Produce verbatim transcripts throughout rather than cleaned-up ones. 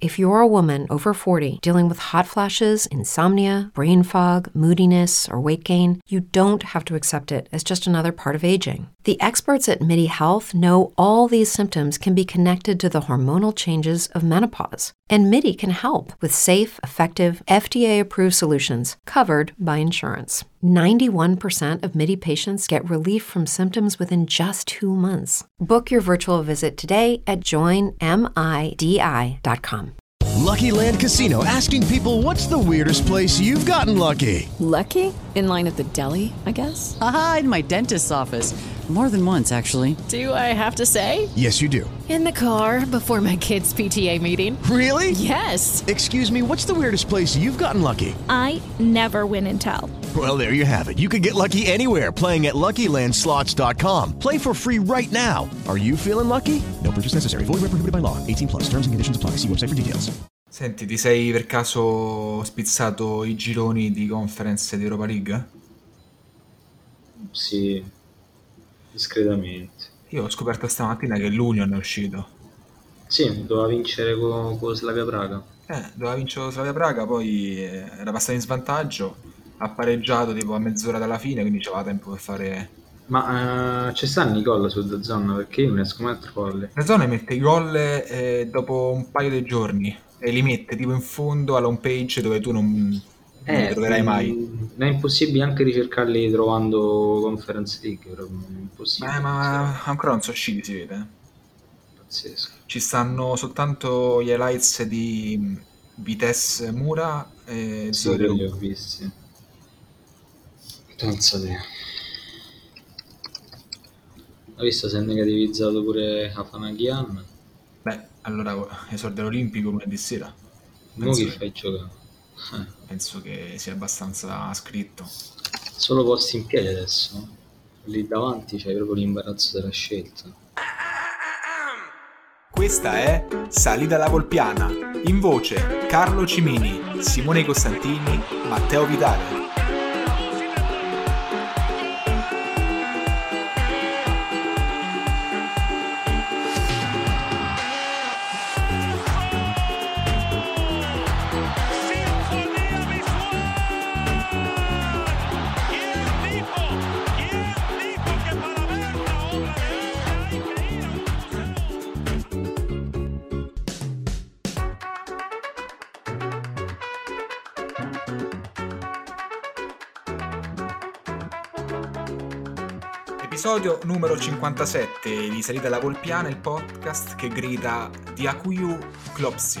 If you're a woman over forty dealing with hot flashes, insomnia, brain fog, moodiness, or weight gain, you don't have to accept it as just another part of aging. The experts at MIDI Health know all these symptoms can be connected to the hormonal changes of menopause. And MIDI can help with safe, effective, F D A-approved solutions covered by insurance. ninety-one percent of MIDI patients get relief from symptoms within just two months. Book your virtual visit today at join midi dot com. Lucky Land Casino, asking people, what's the weirdest place you've gotten lucky? Lucky? In line at the deli, I guess? Aha, in my dentist's office. More than once, actually. Do I have to say? Yes, you do. In the car before my kids' P T A meeting. Really? Yes. Excuse me, what's the weirdest place you've gotten lucky? I never win and tell. Well, there you have it. You can get lucky anywhere, playing at Lucky Land Slots dot com. Play for free right now. Are you feeling lucky? No purchase necessary. Void where prohibited by law. eighteen plus. Terms and conditions apply. See website for details. Senti, ti sei per caso spizzato i gironi di conference di Europa League? Sì, discretamente. Io ho scoperto stamattina che l'Union è uscito. Sì, doveva vincere con, con Slavia Praga. Eh, doveva vincere con Slavia Praga, poi eh, era passato in svantaggio, ha pareggiato tipo a mezz'ora dalla fine, quindi c'aveva tempo per fare... Ma uh, c'è sta Nicola su The Zone, perché io non riesco mai a trovarle. La zona mette i gol eh, dopo un paio di giorni e li mette tipo in fondo alla home page dove tu non, non Eh, li troverai mai. È impossibile anche ricercarli trovando Conference League, proprio impossibile. Eh, ma ancora non sono usciti, si vede. eh. Pazzesco. Ci stanno soltanto gli highlights di Vitesse Mura e Sì, Zorio. io li ho visti. Pensa te. Hai visto se è negativizzato pure Afanagian? Beh, allora esordio all'Olimpico lunedì sera. Mo Penso chi che, fai giocare? Eh, penso che sia abbastanza scritto. solo posti in piedi adesso, no? Lì davanti c'hai proprio l'imbarazzo della scelta. Questa è Salita alla Volpiana. In voce Carlo Cimini, Simone Costantini, Matteo Vitale. Episodio numero cinquantasette di Salita alla Volpiana, il podcast che grida Diakuyu Klopsi.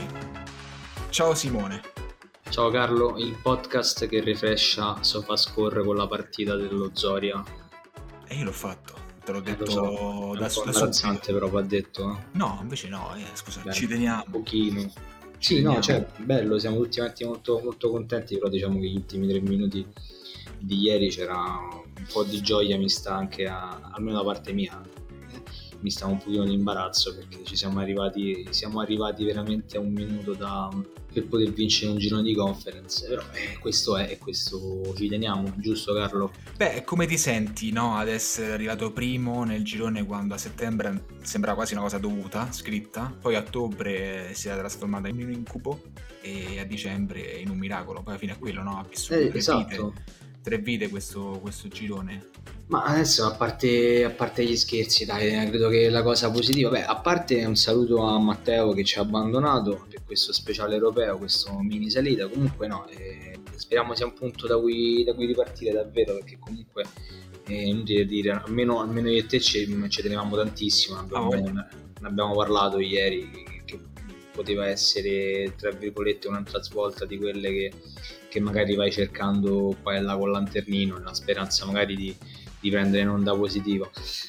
Ciao Simone. Ciao Carlo, il podcast che refrescia SofaScore con la partita dello Zoria. E io l'ho fatto, te l'ho Eh, detto lo so, è da, un po' da subito. imbarazzante però va detto, eh? No, invece no, eh, scusa, Beh, ci teniamo. un pochino. Ci Sì, no, teniamo. cioè, bello, siamo tutti quanti molto, molto contenti, però diciamo che gli ultimi tre minuti di ieri c'era un po' di gioia mista anche a, almeno da parte mia, mi stava un pochino di imbarazzo perché ci siamo arrivati, siamo arrivati veramente a un minuto da, per poter vincere un girone di conference, però eh, questo è, e questo ci teniamo, giusto Carlo? Beh, come ti senti, no, ad essere arrivato primo nel girone quando a settembre sembrava quasi una cosa dovuta, scritta, poi a ottobre si era trasformata in un incubo e a dicembre in un miracolo, poi alla fine è quello, no, ha vissuto Eh, tre esatto. vite, tre vite questo, questo girone. Ma adesso a parte, a parte gli scherzi, dai, eh, credo che la cosa positiva, beh, a parte un saluto a Matteo che ci ha abbandonato per questo speciale europeo, questo mini salita, comunque no, eh, speriamo sia un punto da cui, da cui ripartire davvero, perché comunque è inutile dire, almeno, almeno io e te ci, ci tenevamo tantissimo, ne abbiamo, Ah, ne abbiamo parlato ieri, che, che poteva essere, tra virgolette, un'altra svolta di quelle che, che magari vai cercando qua e là con lanternino, nella speranza magari di di prendere un'onda positiva.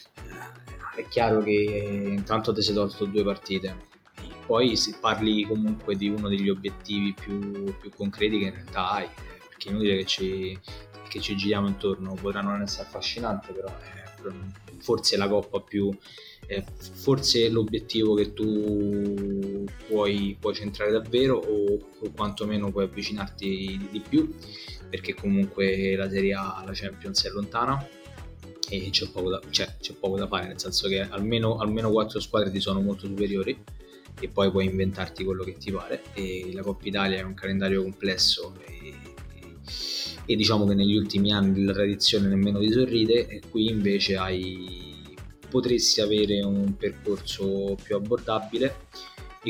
È chiaro che intanto ti sei tolto due partite, poi se parli comunque di uno degli obiettivi più, più concreti che in realtà hai, perché è inutile che ci, che ci giriamo intorno, potrà non essere affascinante, però è forse la coppa più è forse l'obiettivo che tu puoi, puoi centrare davvero o, o quantomeno puoi avvicinarti di, di più, perché comunque la Serie A, la Champions è lontana e c'è poco da, cioè, c'è poco da fare, nel senso che almeno, almeno quattro squadre ti sono molto superiori e poi puoi inventarti quello che ti pare. E la Coppa Italia è un calendario complesso e, e, e diciamo che negli ultimi anni la tradizione nemmeno ti sorride, e qui invece hai potresti avere un percorso più abbordabile, e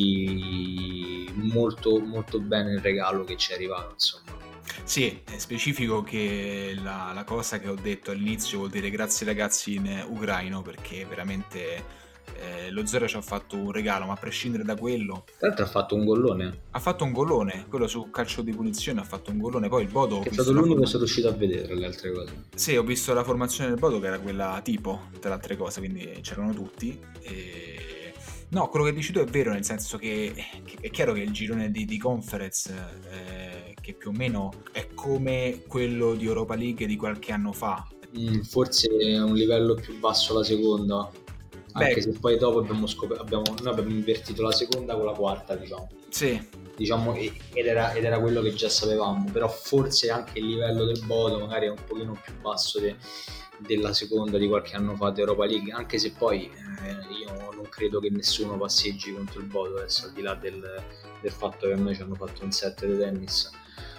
quindi molto molto bene il regalo che ci è arrivato, insomma. Sì, è specifico che la, la cosa che ho detto all'inizio vuol dire grazie ragazzi in ucraino, perché veramente eh, lo Zoria ci ha fatto un regalo, ma a prescindere da quello... Tra l'altro ha fatto un gollone. Ha fatto un gollone, quello su calcio di punizione ha fatto un gollone, poi il Bodo... Che è stato l'unico che sono riuscito a vedere le altre cose. Sì, ho visto la formazione del Bodo che era quella tipo, tra le altre cose, quindi c'erano tutti e... No, quello che dici tu è vero, nel senso che, che è chiaro che il girone di, di Conference, eh, che più o meno è come quello di Europa League di qualche anno fa. Mm, forse è un livello più basso la seconda, anche Beh, se poi dopo abbiamo, scop- abbiamo, noi abbiamo invertito la seconda con la quarta, diciamo. Sì. Diciamo, ed era, ed era quello che già sapevamo, però forse anche il livello del Bodo magari è un pochino più basso de- della seconda di qualche anno fa di Europa League, anche se poi eh, io non credo che nessuno passeggi contro il Bodo adesso, al di là del, del fatto che a noi ci hanno fatto un set di tennis.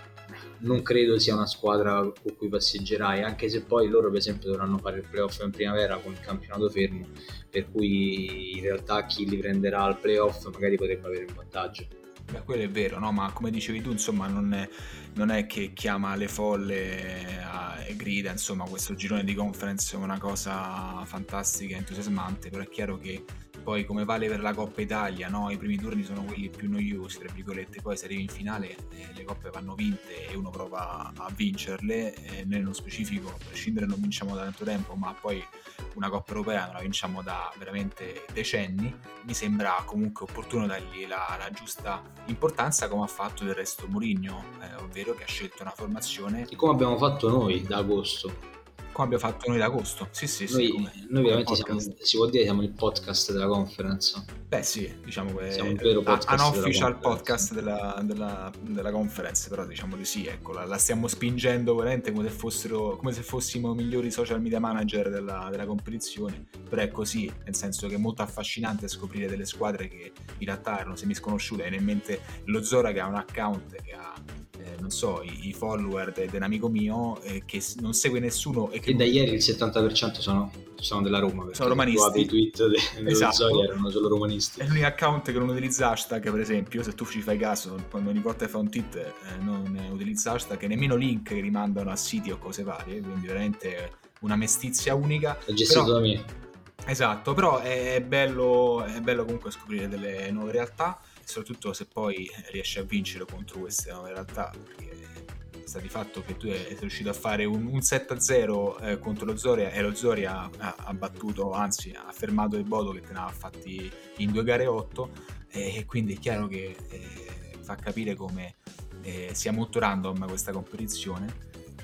Non credo sia una squadra con cui passeggerai, anche se poi loro per esempio dovranno fare il playoff in primavera con il campionato fermo, per cui in realtà chi li prenderà al playoff magari potrebbe avere un vantaggio. Beh, quello è vero, no? Ma come dicevi tu, insomma, non è, non è che chiama le folle a, e grida, insomma, questo girone di Conference è una cosa fantastica e entusiasmante, però è chiaro che poi come vale per la Coppa Italia, no? I primi turni sono quelli più noiosi, tra virgolette, poi se arrivi in finale eh, le coppe vanno vinte e uno prova a vincerle, eh, noi nello specifico, a prescindere non vinciamo da tanto tempo, ma poi una Coppa Europea non la vinciamo da veramente decenni, mi sembra comunque opportuno dargli la, la giusta importanza, come ha fatto del resto Mourinho, eh, ovvero che ha scelto una formazione... E come abbiamo fatto noi da agosto. Come abbiamo fatto noi da agosto, sì sì noi, sì. Come, noi veramente siamo, si può dire siamo il podcast della Conference. Beh sì, diciamo che siamo il vero podcast, unofficial della podcast della, della, della Conference, però diciamo di sì, ecco, la, la stiamo spingendo veramente come se fossero come se fossimo migliori social media manager della, della competizione, però è così, nel senso che è molto affascinante scoprire delle squadre che in realtà erano semi sconosciute. Viene in mente lo Zora che ha un account che ha eh, non so, i, i follower di un amico mio eh, che non segue nessuno e che e da ieri il settanta per cento sono, sono della Roma, perché sono romanisti. I tweet dello esatto. Zoria erano solo romanisti. È l'unico account che non utilizza hashtag, per esempio, se tu ci fai caso, quando ogni volta fa un tweet eh, non utilizza hashtag e nemmeno link che rimandano a siti o cose varie, quindi veramente una mestizia unica. È gestito però, da me. Esatto, però è bello, è bello comunque scoprire delle nuove realtà, soprattutto se poi riesci a vincere contro queste nuove realtà, perché sta di fatto che tu sei riuscito a fare un, un sette a zero eh, contro lo Zoria, e lo Zoria ha, ha battuto, anzi ha fermato il Bodo che te ne ha fatti in due gare otto, e quindi è chiaro che eh, fa capire come eh, sia molto random questa competizione.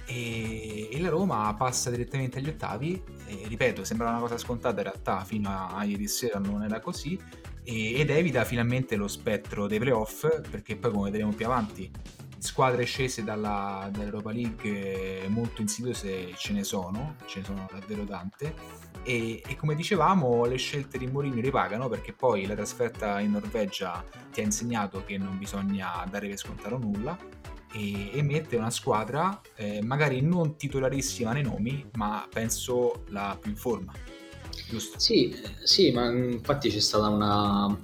E, e la Roma passa direttamente agli ottavi, e ripeto, sembra una cosa scontata, in realtà fino a, a ieri sera non era così, e, ed evita finalmente lo spettro dei playoff, perché poi, come vedremo più avanti, squadre scese dalla, dall'Europa League molto insidiose ce ne sono, ce ne sono davvero tante, e, e come dicevamo le scelte di Mourinho ripagano, perché poi la trasferta in Norvegia ti ha insegnato che non bisogna dare per scontato nulla, e, e mette una squadra eh, magari non titolarissima nei nomi, ma penso la più in forma, giusto? Sì, sì, ma infatti c'è stata una...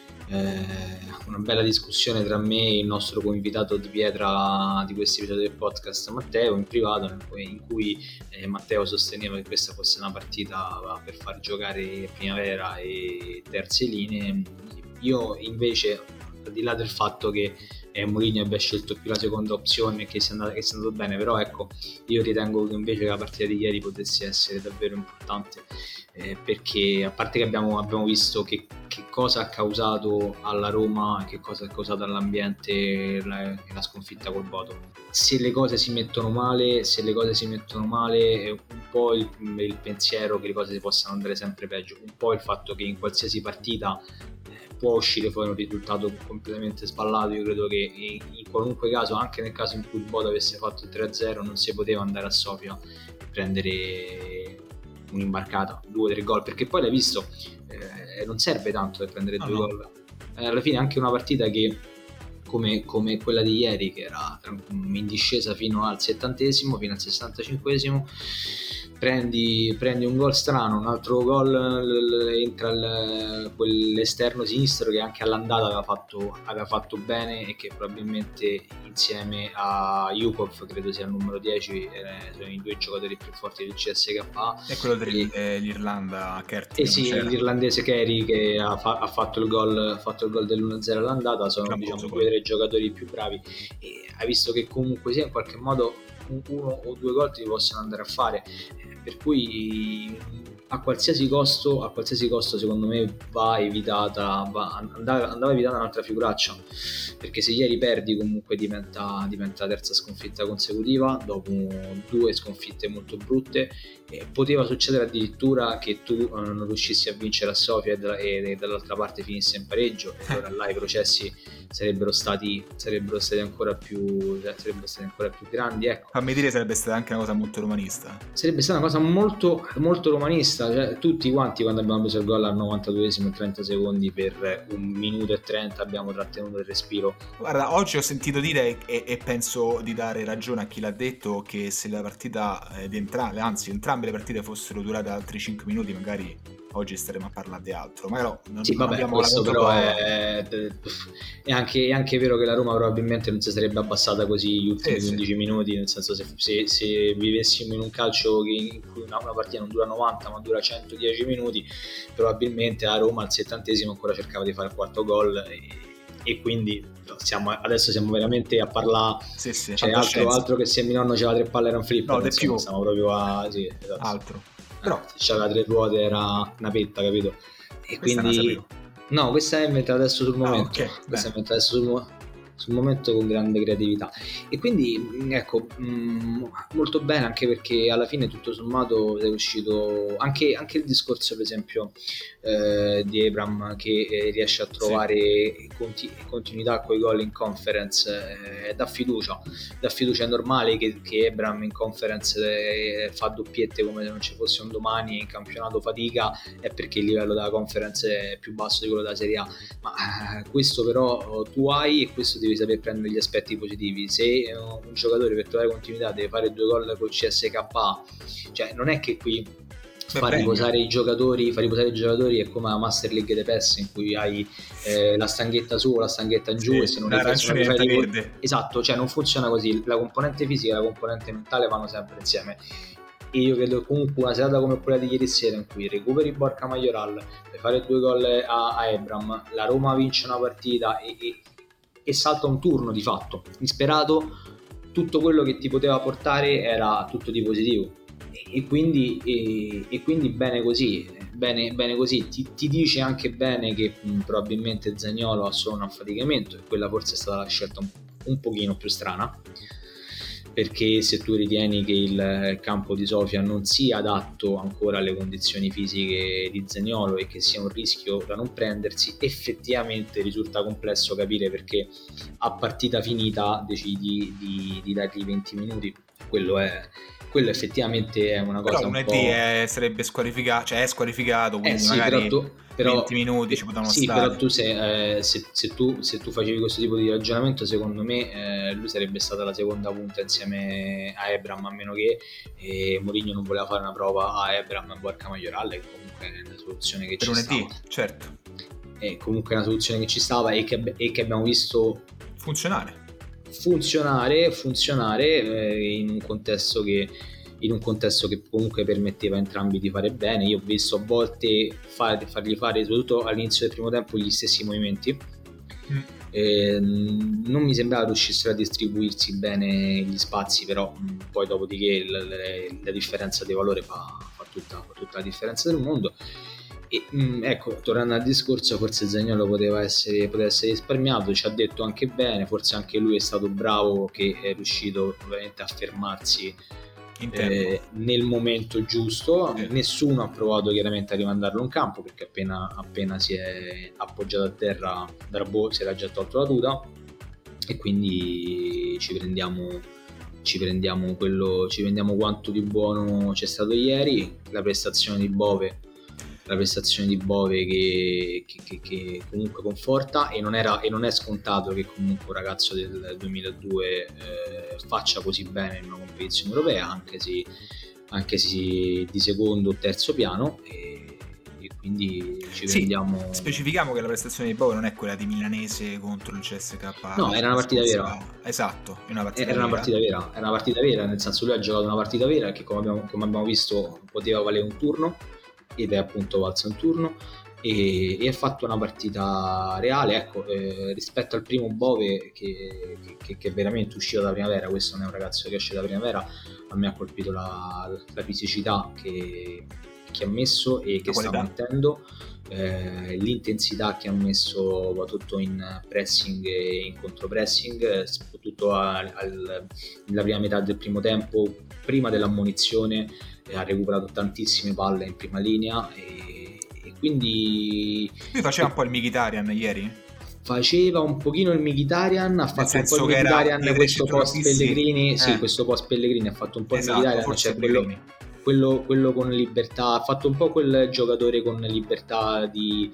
Eh, una bella discussione tra me e il nostro coinvitato di pietra di questo episodio del podcast, Matteo, in privato, in cui eh, Matteo sosteneva che questa fosse una partita per far giocare primavera e terze linee. Io invece, al di là del fatto che eh, Mourinho abbia scelto più la seconda opzione e che sia andato, che sia andato bene, però ecco, io ritengo che invece la partita di ieri potesse essere davvero importante, eh, perché a parte che abbiamo, abbiamo visto che, che cosa ha causato alla Roma, che cosa ha causato all'ambiente la, la sconfitta col Bodo. Se le cose si mettono male, se le cose si mettono male è un po' il, il pensiero che le cose si possano andare sempre peggio, un po' il fatto che in qualsiasi partita può uscire fuori un risultato completamente sballato. Io credo che in qualunque caso, anche nel caso in cui il Bodo avesse fatto il tre a zero, non si poteva andare a Sofia e prendere un'imbarcata, due o tre gol, perché poi l'hai visto, eh, non serve tanto per prendere no, due no. gol, eh, alla fine anche una partita che come, come quella di ieri, che era in discesa fino al settantesimo, fino al sessantacinquesimo, prendi, prendi un gol strano, un altro gol, entra il, quell'esterno sinistro che anche all'andata aveva fatto, aveva fatto bene e che probabilmente insieme a Jukov, credo sia il numero dieci, eh, sono i due giocatori più forti del C S K A. E quello dell'Irlanda, Kerry. Eh sì, l'irlandese Kerry che ha, fa- ha fatto il gol ha fatto il gol dell'uno zero all'andata, sono diciamo due o tre giocatori più bravi, e hai visto che comunque sia in qualche modo uno o due gol ti possono andare a fare, per cui a qualsiasi costo a qualsiasi costo secondo me va evitata va, andava, andava evitata un'altra figuraccia, perché se ieri perdi comunque diventa, diventa la terza sconfitta consecutiva dopo due sconfitte molto brutte, e poteva succedere addirittura che tu eh, non riuscissi a vincere a Sofia e, e dall'altra parte finisse in pareggio, e allora là i processi sarebbero stati sarebbero stati ancora più sarebbero stati ancora più grandi. Ecco, fammi dire, sarebbe stata anche una cosa molto romanista sarebbe stata una cosa molto molto romanista, cioè, tutti quanti quando abbiamo preso il gol al novantaduesimo e trenta secondi per un minuto e trenta abbiamo trattenuto il respiro. Guarda, oggi ho sentito dire e, e penso di dare ragione a chi l'ha detto, che se la partita eh, di entrambe anzi entrambe le partite fossero durate altri cinque minuti magari oggi staremo a parlare di altro, ma però non, sì, non vabbè, questo però è, è, anche, è anche vero che la Roma probabilmente non si sarebbe abbassata così gli ultimi sì, quindici sì. minuti, nel senso se, se, se vivessimo in un calcio in cui una, una partita non dura novanta ma dura centodieci minuti, probabilmente la Roma al settantesimo ancora cercava di fare il quarto gol, e, e quindi siamo, adesso siamo veramente a parlare sì, sì, cioè altro, altro che se mio nonno c'era tre palle era un flip, no, insomma, più. Stiamo proprio a sì, esatto. altro però se c'aveva tre ruote era una petta, capito? E questa quindi no, questa è inventata adesso sul momento, ah, okay. questa è inventata adesso sul, sul momento con grande creatività, e quindi ecco mh, molto bene, anche perché alla fine tutto sommato è uscito anche, anche il discorso per esempio eh, di Abraham che eh, riesce a trovare sì. conti- continuità con i gol in conference, eh, dà fiducia dà fiducia. È normale che, che Abraham in conference eh, fa doppiette come se non ci fosse un domani, in campionato fatica, è perché il livello della conference è più basso di quello della Serie A, ma eh, questo però tu hai, e questo devi saper prendere gli aspetti positivi. Se uh, un giocatore per trovare continuità deve fare due gol col C S K A, cioè non è che qui far riposare i giocatori far riposare i giocatori è come la Master League dei P E S, in cui hai eh, la stanghetta su o la stanghetta in giù, sì, e se non li fai ripos- esatto, cioè non funziona così, la componente fisica e la componente mentale vanno sempre insieme. E io credo comunque una serata come quella di ieri sera, in cui recuperi Borca Majoral per fare due gol a, a Abraham, la Roma vince una partita e, e e salta un turno di fatto insperato, tutto quello che ti poteva portare era tutto di positivo, e, e quindi e, e quindi bene così bene, bene così ti, ti dice anche bene che mh, probabilmente Zaniolo ha solo un affaticamento, e quella forse è stata la scelta un, un pochino più strana, perché se tu ritieni che il campo di Sofia non sia adatto ancora alle condizioni fisiche di Zaniolo e che sia un rischio da non prendersi, effettivamente risulta complesso capire perché a partita finita decidi di, di dargli venti minuti. Quello è quello effettivamente è una cosa però un lunedì po'... è, sarebbe squalificato, cioè è squalificato, quindi eh sì, magari però tu, però, venti minuti ci potevano sì, stare. però tu se, eh, se, se tu se tu facevi questo tipo di ragionamento, secondo me eh, lui sarebbe stata la seconda punta insieme a Abraham, a meno che eh, Mourinho non voleva fare una prova a Abraham e Borca Majoral, che comunque è una soluzione che per ci lunedì, stava, certo, è comunque una soluzione che ci stava e che, e che abbiamo visto funzionare funzionare funzionare eh, in un contesto che in un contesto che comunque permetteva a entrambi di fare bene. Io ho visto a volte far, fargli fare, soprattutto all'inizio del primo tempo, gli stessi movimenti, mm. eh, non mi sembrava riuscissero a distribuirsi bene gli spazi, però mh, poi dopodiché la, la, la differenza di valore fa, fa, tutta, fa tutta la differenza del mondo. E mh, ecco, tornando al discorso, forse Zaniolo poteva essere, poteva essere risparmiato, ci ha detto anche bene, forse anche lui è stato bravo che è riuscito veramente a fermarsi Eh, nel momento giusto. Sì. Nessuno ha provato chiaramente a rimandarlo in campo, perché appena, appena si è appoggiato a terra Darboe si era già tolto la tuta, e quindi ci prendiamo ci prendiamo quello ci prendiamo quanto di buono c'è stato ieri. La prestazione di Bove la prestazione di Bove che, che, che, che comunque conforta, e non, era, e non è scontato che comunque un ragazzo del duemiladue eh, faccia così bene in una competizione europea, anche se, anche se di secondo o terzo piano, e, e quindi ci sì, rendiamo... Specifichiamo che la prestazione di Bove non è quella di Milanese contro il C S K A. No, era una partita vera. Esatto, una partita era una vera. partita vera, era una partita vera, nel senso lui ha giocato una partita vera che come abbiamo, come abbiamo visto poteva valere un turno, ed è appunto valsa un turno, e, e ha fatto una partita reale, ecco, eh, rispetto al primo Bove che, che, che veramente usciva da primavera. Questo non è un ragazzo che esce da primavera, a me ha colpito la, la fisicità che, che ha messo e che sta mettendo, eh, l'intensità che ha messo soprattutto in pressing e in contropressing, soprattutto al, al, nella prima metà del primo tempo, prima dell'ammonizione, eh, ha recuperato tantissime palle in prima linea, e, e quindi lui faceva un po' il Mkhitaryan ieri? Faceva un pochino il Mkhitaryan, ha fatto un po' il Mkhitaryan, questo post Pellegrini, eh. sì, questo post Pellegrini ha fatto un po' esatto, il Mkhitaryan, cioè quello, quello, quello con libertà, ha fatto un po' quel giocatore con libertà di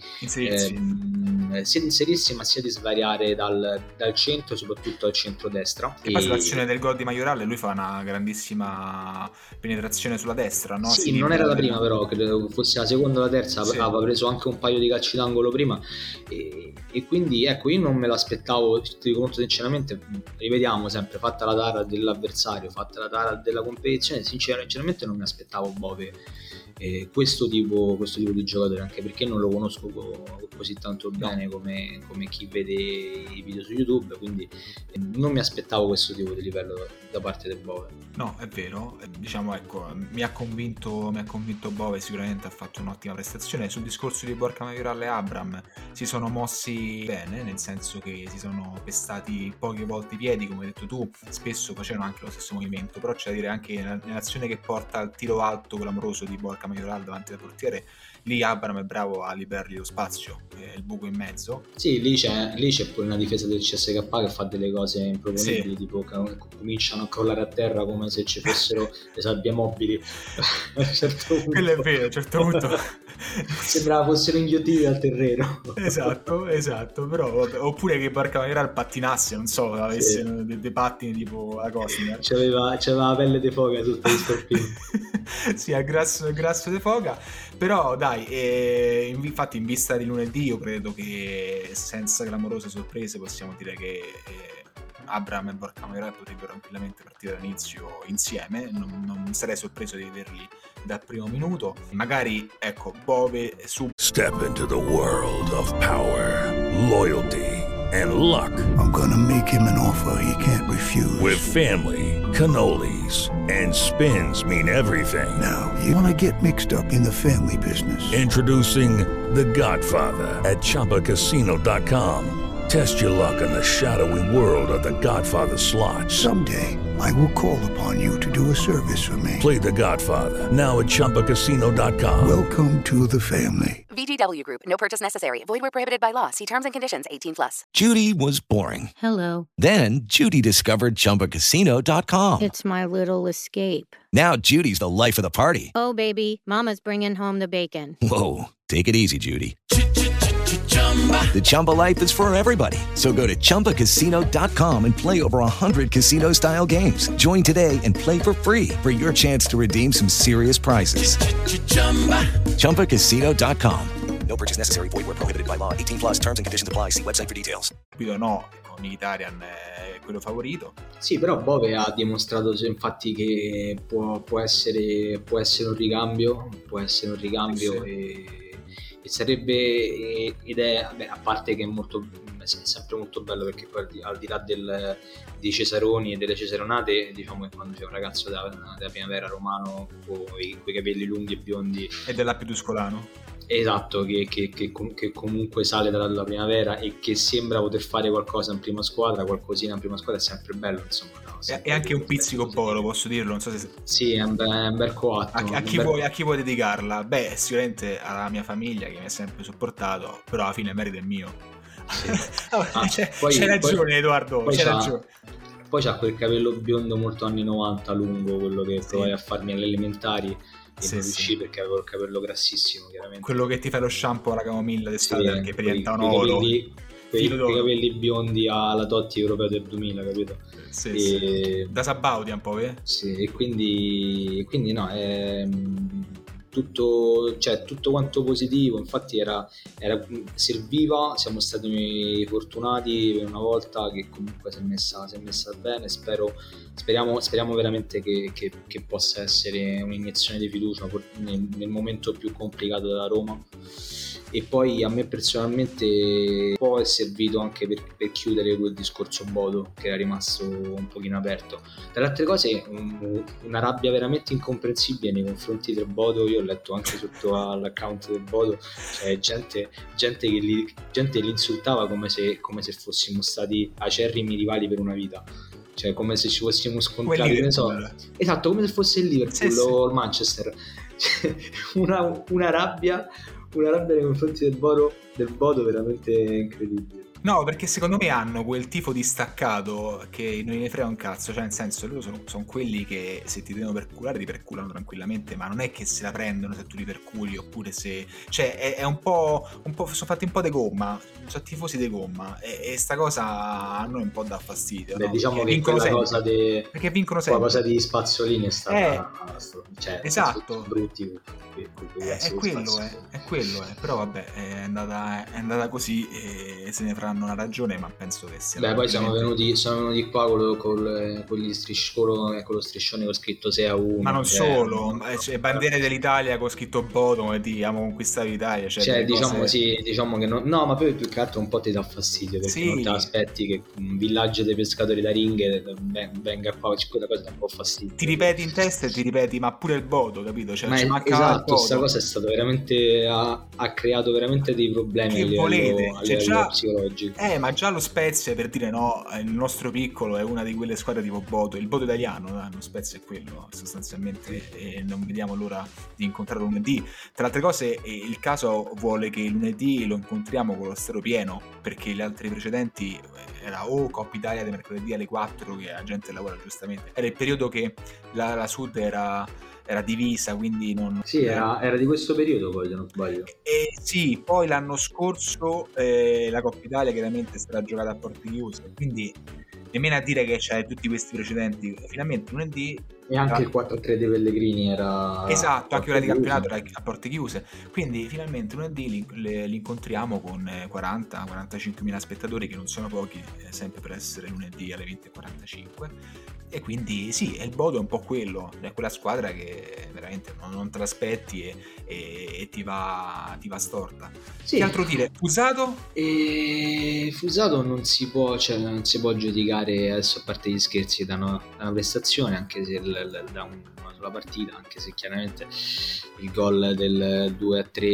ehm, inserirsi, ma sia di svariare dal, dal centro, soprattutto al centro-destra. E, e poi sull'azione del gol di Majoral lui fa una grandissima penetrazione sulla destra, no? Sì, si non era la prima, però credo fosse la seconda o la terza, sì. Aveva preso anche un paio di calci d'angolo prima, e, e quindi ecco, io non me l'aspettavo, ti dico molto sinceramente, rivediamo sempre, fatta la tara dell'avversario, fatta la tara della competizione, sinceramente non mi aspettavo Bove eh, questo tipo questo tipo di giocatore, anche perché non lo conosco co- così tanto bene come, come chi vede i video su YouTube, quindi eh, non mi aspettavo questo tipo di livello da parte del Bove. No, è vero, diciamo, ecco, mi ha convinto mi ha convinto Bove, sicuramente ha fatto un'ottima prestazione. Sul discorso di Borja Majoral e Abram si sono mossi bene, nel senso che si sono pestati poche volte i piedi, come hai detto tu, spesso facevano anche lo stesso movimento, però c'è da dire anche nell'azione che porta al tiro alto clamoroso di Borja Majoral davanti al portiere, lì Abram è bravo a liberargli lo spazio, eh, il buco in mezzo. Sì, lì c'è, lì c'è pure una difesa del C S K A che fa delle cose improponibili, sì. Tipo che cominciano a crollare a terra come se ci fossero le sabbie mobili. A un certo punto, quello è vero, a un certo punto sembrava fossero inghiottiti dal terreno. Esatto, esatto, però vabbè. Oppure che Borja Majoral pattinasse, non so, avesse sì. dei, dei pattini tipo la Cosnia. C'aveva, c'aveva la pelle di foca sotto gli scorpini. Sì, a grasso, grasso di foca. Però dai, eh, infatti in vista di lunedì io credo che senza clamorose sorprese possiamo dire che eh, Abram e Borja Majoral potrebbero tranquillamente partire dall'inizio insieme, non, non sarei sorpreso di vederli dal primo minuto. Magari, ecco, Bove su. Step into the world of power, loyalty and luck. I'm gonna make him an offer he can't refuse. With family, cannolis and spins mean everything. Now, you wanna get mixed up in the family business. Introducing The Godfather at Chumba Casino dot com. Test your luck in the shadowy world of The Godfather slot. Someday, I will call upon you to do a service for me. Play The Godfather, now at Chumba Casino dot com. Welcome to the family. V G W Group, no purchase necessary. Void where prohibited by law. See terms and conditions, eighteen plus. Judy was boring. Hello. Then, Judy discovered Chumba Casino dot com. It's my little escape. Now, Judy's the life of the party. Oh, baby, mama's bringing home the bacon. Whoa, take it easy, Judy. The Chumba life is for everybody. So go to Chumba Casino dot com and play over one hundred casino-style games. Join today and play for free for your chance to redeem some serious prizes. Chumba Casino dot com. No purchase necessary. Void where prohibited by law. eighteen plus terms and conditions apply. See website for details. No, Mkhitaryan è quello favorito. Sì, però Bove ha dimostrato infatti che può, può, essere, può essere un ricambio, può essere un ricambio sì. e... E sarebbe ed è beh, a parte che è molto è sempre molto bello, perché poi al di là del, dei Cesaroni e delle Cesaronate, diciamo che quando c'è un ragazzo della, della primavera romano con i capelli lunghi e biondi e dell'Appiduscolano, esatto, che, che, che, che comunque sale dalla primavera e che sembra poter fare qualcosa in prima squadra, qualcosina in prima squadra, è sempre bello, insomma. No, sempre e anche un pizzico Bolo, posso dirlo, non so se sì, è un bel, è un bel coatto. A, a, chi bel... vuoi, a chi vuoi dedicarla? Beh, sicuramente alla mia famiglia che mi ha sempre supportato, però alla fine il merito è mio. Sì. ah, c'è, poi, c'è ragione poi, Edoardo, poi c'è c'ha, ragione. Poi c'ha quel capello biondo molto anni novanta lungo, quello che provai sì. a farmi alle elementari. e Sì, non sì. riuscii perché avevo il capello grassissimo, chiaramente. Quello che ti fa lo shampoo alla camomilla d'estate Sì, perché quei- diventano quei oro. capelli, quei, Filo quei d'oro. capelli biondi alla Totti europeo del duemila, capito? Sì, E- sì. Da Sabaudia un po', eh? Sì, e quindi, quindi no, è tutto, cioè, tutto quanto positivo. Infatti era, era- serviva, siamo stati fortunati per una volta che comunque si è messa, si è messa bene. Spero, speriamo, speriamo veramente che, che- che possa essere un'iniezione di fiducia nel, nel momento più complicato della Roma. E poi a me personalmente un po' è servito anche per, per chiudere quel discorso Bodo che era rimasto un pochino aperto. Tra le altre cose un- una rabbia veramente incomprensibile nei confronti del Bodo. Io ho letto anche sotto all'account del Bodo, cioè gente, gente che li, gente che li insultava come se, come se fossimo stati acerrimi rivali per una vita, cioè come se ci fossimo scontrati, che ne so, esatto, come se fosse il Liverpool Sì, sì. o il Manchester. Cioè, una, una rabbia una rabbia nei confronti del Bodo, del Bodo veramente incredibile. No, perché secondo me hanno quel tifo distaccato che non gliene frega un cazzo, cioè nel senso loro sono, sono quelli che se ti devono perculare ti perculano tranquillamente, ma non è che se la prendono se tu li perculi oppure se... cioè è, è un po', un po'... sono fatti un po' di gomma, sono tifosi di gomma e, e sta cosa a noi un po' dà fastidio. Beh, no? diciamo Perché che vincono quella sempre. cosa de... Perché vincono sempre. quella cosa di Spazzolini è stata... cioè, esatto. sono brutti quei- quei È, ragazzi è di quello, Spazzolini. è, è quello, è. Però vabbè, è andata, è andata così e se ne faranno una ragione, ma penso che sia... Beh, poi siamo veramente- venuti, sono venuti qua con, lo- col- con gli striscioni, con lo striscione con scritto sei a uno. Ma non cioè, solo, ma- cioè, bandiere dell'Italia con scritto Bodo, come di amo conquistare l'Italia. Cioè, Cioè, delle diciamo, cose- sì, diciamo che non, no, ma poi più che altro un po' ti dà fastidio perché Sì. non te aspetti che un villaggio dei pescatori da ringhe ven- venga qua, quella cosa dà un po' fastidio. Ti ripeti in testa e ti ripeti, ma pure il Bodo, capito? Cioè, Ma ci è- mancava il esatto, Bodo. questa cosa è stato veramente ha, ha creato veramente dei problemi Che a livello, volete? a Cioè, livello già- psicologico. Eh, ma già lo Spezia, per dire no, il nostro piccolo è una di quelle squadre tipo Bodo, il Bodo italiano, no? Lo Spezia è quello sostanzialmente e non vediamo l'ora di incontrarlo lunedì. Tra le altre cose eh, il caso vuole che lunedì lo incontriamo con lo stadio pieno, perché gli altri precedenti eh, era o Coppa Italia di mercoledì alle quattro che la gente lavora giustamente, era il periodo che la, la Sud era, era divisa, quindi non... Sì, era, era di questo periodo poi, se non sbaglio. E sì, poi l'anno scorso eh, la Coppa Italia chiaramente è stata giocata a porte chiuse, quindi nemmeno a dire che c'è tutti questi precedenti. Finalmente lunedì E anche il quattro a tre di Pellegrini era... esatto, anche quella di porte campionato chiuse. era a porte chiuse, quindi finalmente lunedì li, le- li incontriamo con quaranta quarantacinque mila spettatori, che non sono pochi, eh, sempre per essere lunedì alle venti e quarantacinque. E quindi sì, e il Bodo è un po' quello, è quella squadra che veramente non, non te l'aspetti e, e- e ti va, ti va storta. Sì. Che altro dire? Fusato? E Fusato non si può, cioè, non si può giudicare adesso, a parte gli scherzi, da una, da una prestazione, anche se il- il- da un- una sola partita, anche se chiaramente il gol del due a tre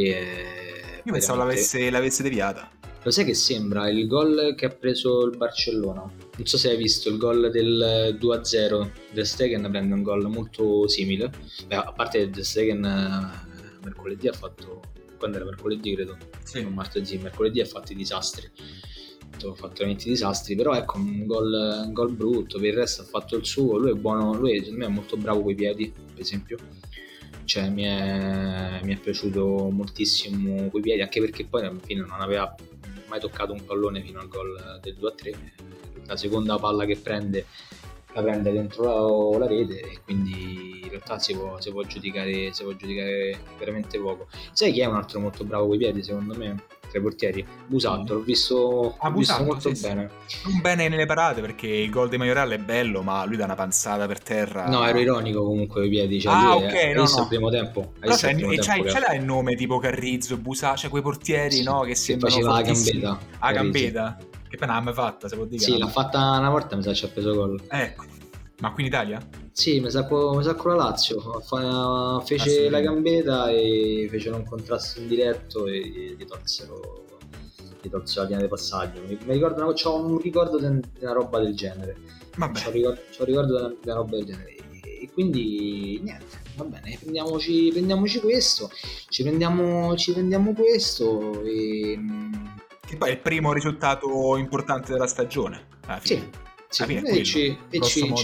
è Io pensavo veramente- l'avesse, l'avesse deviata. Lo sai che sembra il gol che ha preso il Barcellona? Non so se hai visto il gol del due a zero. Der Stegen prende un gol molto simile. Beh, a parte che Der Stegen eh, mercoledì ha fatto, quando era mercoledì credo, Sì. non martedì, mercoledì ha fatto i disastri. Ha fatto veramente disastri, però ecco un gol, un gol brutto. Per il resto ha fatto il suo. Lui è buono, lui secondo me è molto bravo coi piedi, per esempio. Cioè mi è, mi è piaciuto moltissimo coi piedi, anche perché poi alla fine non aveva mai toccato un pallone fino al gol del due a tre. La seconda palla che prende la prende dentro la, la rete e quindi in realtà si può, si può giudicare si può giudicare veramente poco. Sai chi è un altro molto bravo coi piedi secondo me tra i portieri? Busato, l'ho visto, Ah, l'ho visto Busato, molto sì, sì. bene. Non bene nelle parate, perché il gol di Majoral è bello, ma lui dà una panzata per terra. No, ero ironico comunque coi piedi, cioè Ah, lui ok, è, hai no, visto no. il primo tempo? Hai Però visto c'è, il primo e tempo c'hai, che- ce l'ha il nome tipo Carrizzo, Busa, cioè quei portieri, Sì, no, che che sembrano faceva la fortissimi. gambetta, A Carrizzo. gambetta, che poi non l'ha mai fatta, se può dire. Sì, no? l'ha fatta una volta, mi sa ci ha preso gol. Ecco, ma qui in Italia? Sì, mi sa, co- mi sa con la Lazio. Fa- fece Assolutamente. la gambeta e fecero un contrasto in diretto e gli tolsero, gli tolsero la linea di passaggio. Mi, mi ricordo, una- c'ho un ricordo di di una roba del genere. Vabbè. C'ho un ricordo, c'ho un ricordo di una, di una roba del genere. E, e quindi niente, va bene, prendiamoci, prendiamoci questo, ci prendiamo, ci prendiamo questo e Che poi è il primo risultato importante della stagione, alla fine. sì, sì, Alla fine è e, quello, ci, e, grosso ci, modo. ci-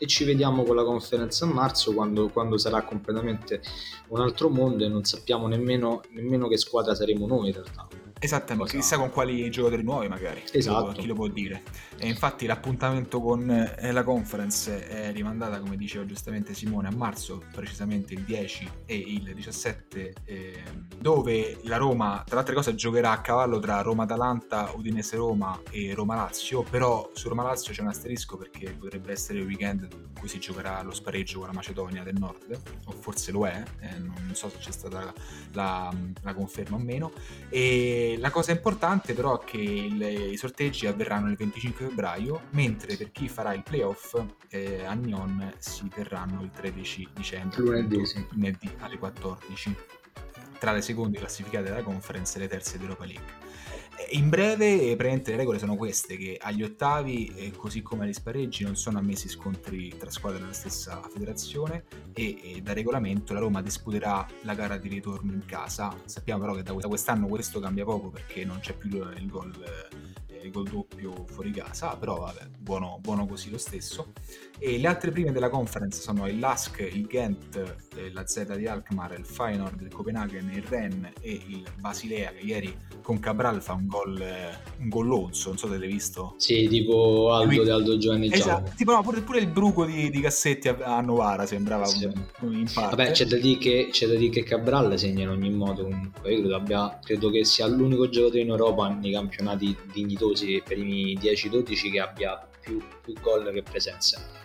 e ci vediamo con la conference a marzo, quando, quando sarà completamente un altro mondo e non sappiamo nemmeno, nemmeno che squadra saremo noi in realtà. Esattamente, cosa... chissà con quali giocatori nuovi magari, esatto. Chi lo può dire. E infatti l'appuntamento con eh, la conference è rimandata, come diceva giustamente Simone, a marzo, precisamente il dieci e il diciassette, eh, dove la Roma, tra le altre cose, giocherà a cavallo tra Roma-Atalanta, Udinese-Roma e Roma-Lazio, però su Roma-Lazio c'è un asterisco perché potrebbe essere il weekend in cui si giocherà lo spareggio con la Macedonia del Nord, o forse lo è, eh, non so se c'è stata la, la conferma o meno. E la cosa importante però è che il, i sorteggi avverranno il venticinque febbraio, mentre per chi farà il playoff eh, a Nyon si terranno il tredici dicembre, lunedì, sì. lunedì alle quattordici, tra le seconde classificate della conference e le terze d'Europa League. In breve, praticamente le regole sono queste, che agli ottavi, eh, così come agli spareggi, non sono ammessi scontri tra squadre della stessa federazione e, e da regolamento la Roma disputerà la gara di ritorno in casa. Sappiamo però che da quest'anno questo cambia poco perché non c'è più il gol, eh, il gol doppio fuori casa, però vabbè, buono, buono così lo stesso. E le altre prime della conference sono il Lask, il Ghent, eh, la Z di Alkmaar, il Feyenoord, il Copenaghen, il Rennes e il Basilea, che ieri con Cabral fa un gol, eh, un gollonzo, non so se l'hai visto. Sì, tipo Aldo di Aldo Giovanni Giacomo. Esatto, tipo no, pure, pure il bruco di, di Cassetti a, a Novara sembrava sì. un, un in parte. Vabbè, c'è da dire che c'è da dire che Cabral segna in ogni modo comunque. Io credo, abbia, credo che sia l'unico giocatore in Europa nei campionati dignitosi per i primi dieci dodici che abbia più, più gol che presenze.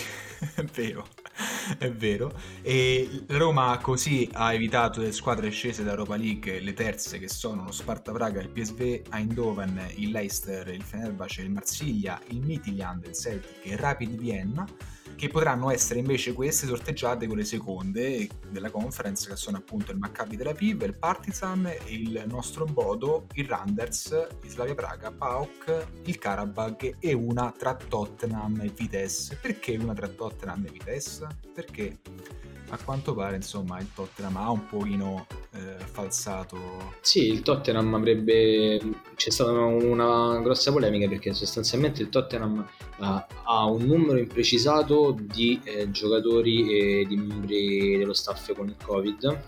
È vero, è vero. E Roma così ha evitato le squadre scese dall'Europa League, le terze, che sono lo Sparta Praga, il P S V Eindhoven, il Leicester, il Fenerbahce, il Marsiglia, il Midtjylland, il Celtic e il Rapid Vienna, che potranno essere invece queste sorteggiate con le seconde della conference, che sono appunto il Maccabi Tel Aviv, il Partizan, il nostro Bodo, il Randers, il Slavia Praga, PAOK, il Karabakh e una tra Tottenham e Vitesse. Perché una tra Tottenham e Vitesse? Perché a quanto pare, insomma, il Tottenham ha un pochino eh, falsato. Sì, il Tottenham avrebbe... c'è stata una grossa polemica perché sostanzialmente il Tottenham ha, ha un numero imprecisato di eh, giocatori e di membri dello staff con il Covid,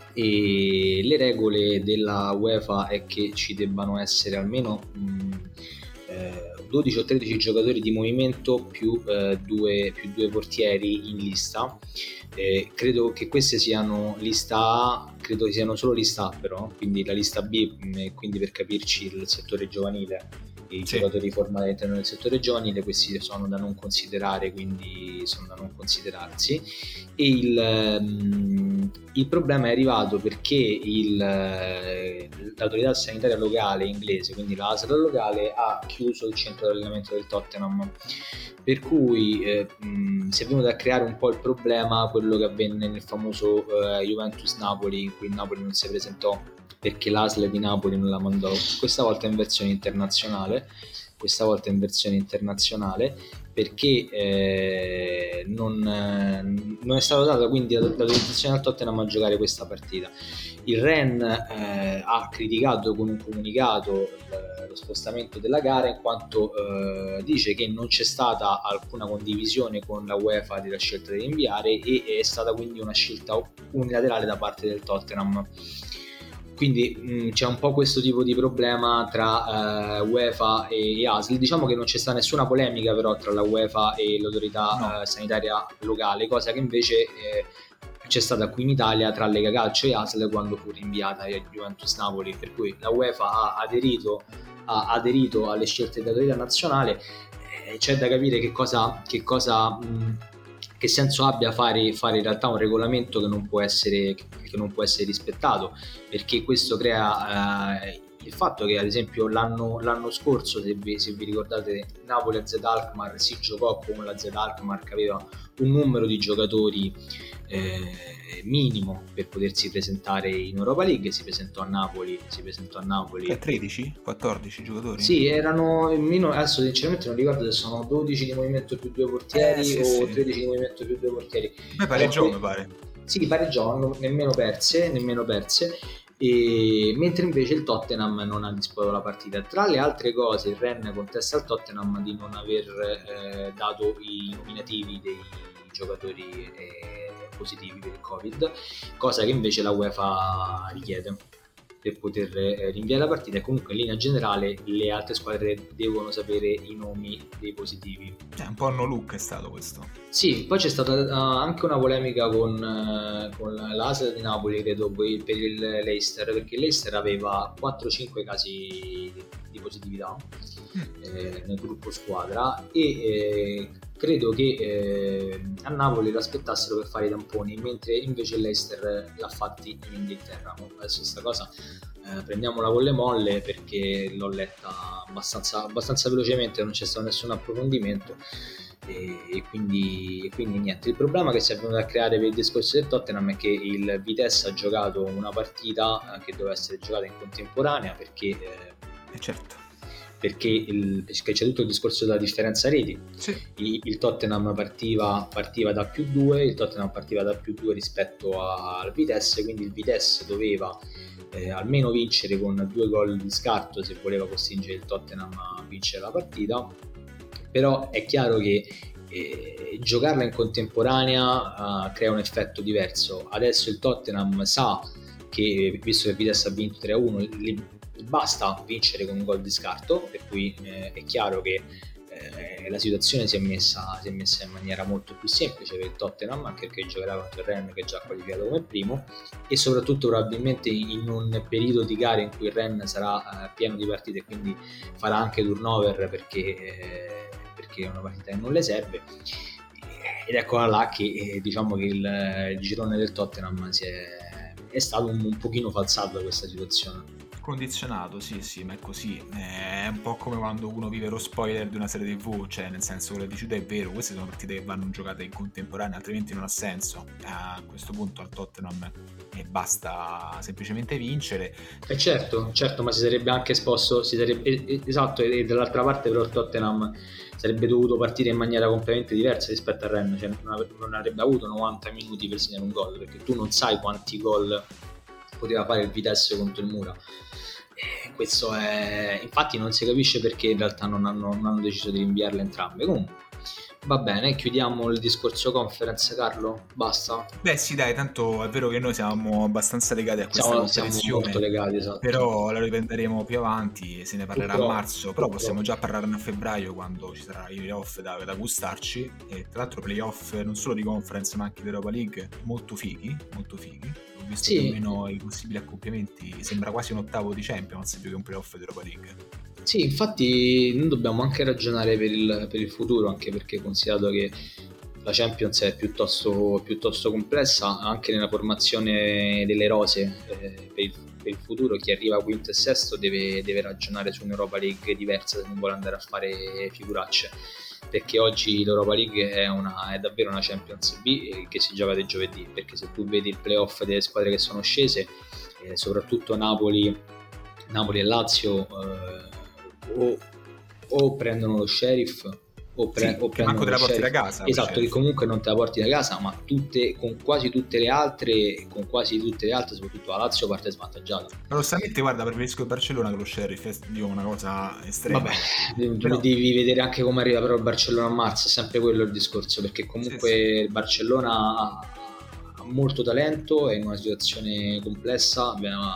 e le regole della UEFA è che ci debbano essere almeno mh, eh, dodici o tredici giocatori di movimento più, eh, due, più due portieri in lista. Eh, credo che queste siano lista A, credo che siano solo lista A però, quindi la lista B, eh, quindi per capirci il settore giovanile, i sì. giocatori formati all'interno del settore giovanile, questi sono da non considerare, quindi sono da non considerarsi. E il, um, il problema è arrivato perché il, l'autorità sanitaria locale inglese, quindi la A S L locale, ha chiuso il centro di allenamento del Tottenham, per cui eh, mh, si è venuto a creare un po' il problema, quello che avvenne nel famoso eh, Juventus-Napoli, in cui il Napoli non si presentò perché l'A S L di Napoli non la mandò, questa volta in versione internazionale, questa volta in versione internazionale perché eh, non, eh, non è stata data quindi l'autorizzazione al Tottenham a giocare questa partita. Il Rennes eh, ha criticato con un comunicato eh, lo spostamento della gara, in quanto eh, dice che non c'è stata alcuna condivisione con la UEFA della scelta di inviare e è stata quindi una scelta unilaterale da parte del Tottenham. Quindi mh, c'è un po' questo tipo di problema tra eh, UEFA e A S L. Diciamo che non c'è stata nessuna polemica però tra la UEFA e l'autorità no. eh, sanitaria locale, cosa che invece eh, c'è stata qui in Italia tra Lega Calcio e A S L quando fu rinviata a Juventus Napoli, per cui la UEFA ha aderito, ha aderito alle scelte dell'autorità nazionale. Eh, c'è da capire che cosa... Che cosa mh, che senso abbia fare, fare in realtà un regolamento che non può essere, che non può essere rispettato, perché questo crea eh, il fatto che ad esempio l'anno, l'anno scorso, se vi, se vi ricordate, Napoli a Z Alkmaar si giocò con la Z Alkmaar che aveva un numero di giocatori eh, minimo per potersi presentare in Europa League, si presentò a Napoli, si presentò a Napoli eh, tredici quattordici giocatori? Sì, erano, adesso sinceramente non ricordo se sono dodici di movimento più due portieri eh, sì, o sì. tredici di movimento più due portieri. Beh, pareggiò, mi pare. Sì, pareggiò, nemmeno perse, nemmeno perse. E mentre invece il Tottenham non ha disputato la partita. Tra le altre cose, il Rennes contesta al Tottenham di non aver eh, dato i nominativi dei giocatori eh, positivi per il Covid, cosa che invece la UEFA richiede per poter eh, rinviare la partita, e comunque in linea generale le altre squadre devono sapere i nomi dei positivi. È un po' no look è stato questo. Sì, poi c'è stata uh, anche una polemica con, uh, con l'A S di Napoli, credo, per il Leicester, perché il Leicester aveva quattro cinque casi di positività eh, nel gruppo squadra, e eh, credo che eh, a Napoli l'aspettassero per fare i tamponi, mentre invece il Leicester l'ha fatti in Inghilterra. Adesso questa cosa eh, prendiamola con le molle, perché l'ho letta abbastanza, abbastanza velocemente, non c'è stato nessun approfondimento. E, e, quindi, e quindi niente. Il problema che si è venuto a creare per il discorso del Tottenham è che il Vitesse ha giocato una partita eh, che doveva essere giocata in contemporanea, perché eh, eh certo perché, il, perché c'è tutto il discorso della differenza reti. Sì. il, il Tottenham partiva, partiva da più due il Tottenham partiva da più due rispetto al Vitesse, quindi il Vitesse doveva eh, almeno vincere con due gol di scarto se voleva costringere il Tottenham a vincere la partita. Però è chiaro che eh, giocarla in contemporanea uh, crea un effetto diverso. Adesso il Tottenham sa che, visto che il Vitesse ha vinto tre a uno, gli basta vincere con un gol di scarto, per cui eh, è chiaro che eh, la situazione si è, messa, si è messa in maniera molto più semplice per il Tottenham, anche perché giocherà contro il Rennes, che è già qualificato come primo, e soprattutto probabilmente in un periodo di gare in cui il Rennes sarà eh, pieno di partite, quindi farà anche turnover, perché eh, perché è una partita che non le serve, ed eccola là che eh, diciamo che il, il girone del Tottenham si è, è stato un, un pochino falsato da questa situazione. Condizionato, sì sì, ma è così. È un po' come quando uno vive lo spoiler di una serie tv, cioè nel senso, quello che dici tu è vero, queste sono partite che vanno giocate in contemporanea, altrimenti non ha senso. A questo punto al Tottenham e basta semplicemente vincere. E certo, certo, ma si sarebbe anche esposto, si sarebbe, esatto, e dall'altra parte però il Tottenham sarebbe dovuto partire in maniera completamente diversa rispetto al Rennes, cioè non avrebbe avuto novanta minuti per segnare un gol, perché tu non sai quanti gol poteva fare il Vitesse contro il Mura. E questo è, infatti non si capisce perché in realtà non hanno, non hanno deciso di rinviarle entrambe. Comunque va bene, chiudiamo il discorso conference, Carlo, basta? Beh sì dai, tanto è vero che noi siamo abbastanza legati a questa siamo, competizione, siamo molto legati, esatto. Però la riprenderemo più avanti, se ne parlerà Purtroppo, a marzo, però purtroppo. possiamo già parlarne a febbraio, quando ci sarà i playoff da, da gustarci, e tra l'altro playoff non solo di conference ma anche di Europa League molto fighi, molto fighi. Ho visto Sì. più o meno i possibili accoppiamenti, sembra quasi un ottavo di Champions più che un playoff di Europa League. Sì, infatti noi dobbiamo anche ragionare per il, per il futuro, anche perché considerato che la Champions è piuttosto, piuttosto complessa anche nella formazione delle rose, eh, per, il, per il futuro chi arriva quinto e sesto deve, deve ragionare su un'Europa League diversa se non vuole andare a fare figuracce, perché oggi l'Europa League è, una, è davvero una Champions B che si gioca del giovedì, perché se tu vedi il playoff delle squadre che sono scese, eh, soprattutto Napoli, Napoli e Lazio, eh, o, o prendono lo Sheriff o, pre- Sì, o che manco te la porti da casa. esatto, cioè. che comunque non te la porti da casa, ma tutte, con quasi tutte le altre con quasi tutte le altre soprattutto la Lazio parte svantaggiata. Onestamente guarda, preferisco il Barcellona che lo Sheriff, è dico, una cosa estrema. Vabbè, devi, Però- devi vedere anche come arriva però il Barcellona a marzo, è sempre quello il discorso, perché comunque Sì, sì. il Barcellona ha, ha molto talento, è in una situazione complessa,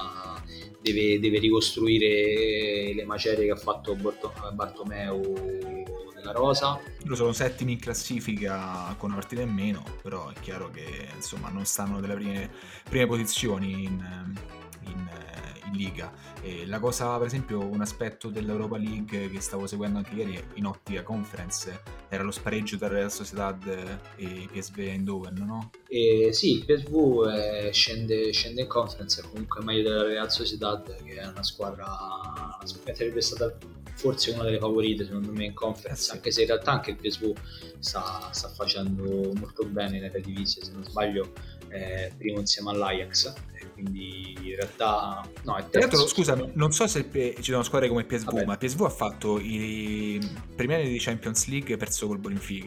deve, deve ricostruire le macerie che ha fatto Borto- Bartomeu della Rosa. Loro sono settimi in classifica con una partita in meno, però è chiaro che insomma non stanno nelle prime, prime posizioni in, in, in Liga. E la cosa, per esempio, un aspetto dell'Europa League che stavo seguendo anche ieri in ottica conference era lo spareggio tra Real Sociedad e P S V Eindhoven, no? E sì, il P S V eh, scende, scende in conference, è comunque meglio della Real Sociedad, che è una squadra, sarebbe stata forse una delle favorite secondo me in conference, anche se in realtà anche il P S V sta, sta facendo molto bene nelle divise, se non sbaglio è primo insieme all'Ajax, e quindi in realtà no, è Tra l'altro, terzo. scusami, non so se P- ci sono squadre come P S V, Vabbè. ma P S V ha fatto i primi anni di Champions League perso col Benfica.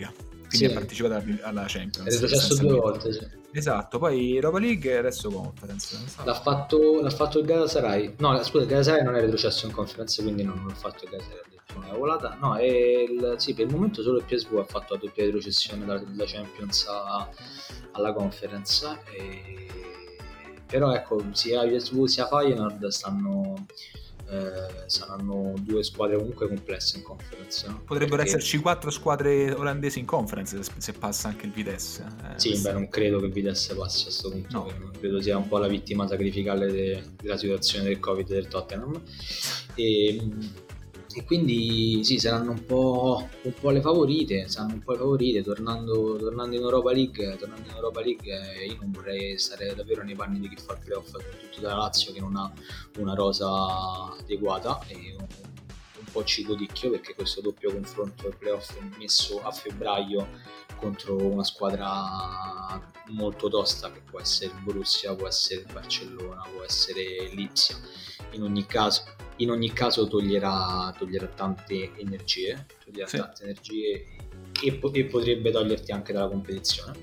quindi Sì. ha partecipato alla, alla Champions. È retrocesso due volte, sì. Esatto, poi Europa League e adesso Conference. Non so. L'ha fatto, l'ha fatto il Galatasaray. No, scusa, il Galatasaray non è retrocesso in Conference, quindi non l'ha fatto il Galatasaray, ha detto una volata. No, e il, sì, per il momento solo il P S V ha fatto la doppia retrocessione dalla, dalla Champions a, alla Conference. E... Però ecco, sia P S V sia Feyenoord stanno... Eh, saranno due squadre comunque complesse in Conference, no? Potrebbero Perché... esserci quattro squadre olandesi in Conference se, se passa anche il Vitesse. Eh, sì, questo... beh, non credo che il Vitesse passi a questo punto, no. Non credo sia un po' la vittima sacrificale de... della situazione del Covid del Tottenham. E, e quindi sì, saranno un po', un po' le favorite, saranno un po' le favorite, tornando, tornando in Europa League, tornando in Europa League eh, io non vorrei stare davvero nei panni di chi fa il playoff, soprattutto dalla Lazio che non ha una rosa adeguata e un, un po' ci godicchio perché questo doppio confronto del playoff messo a febbraio contro una squadra molto tosta che può essere il Borussia, può essere il Barcellona, può essere l'Ipsia, in ogni caso in ogni caso toglierà, toglierà tante energie, toglierà sì. tante energie e, e potrebbe toglierti anche dalla competizione.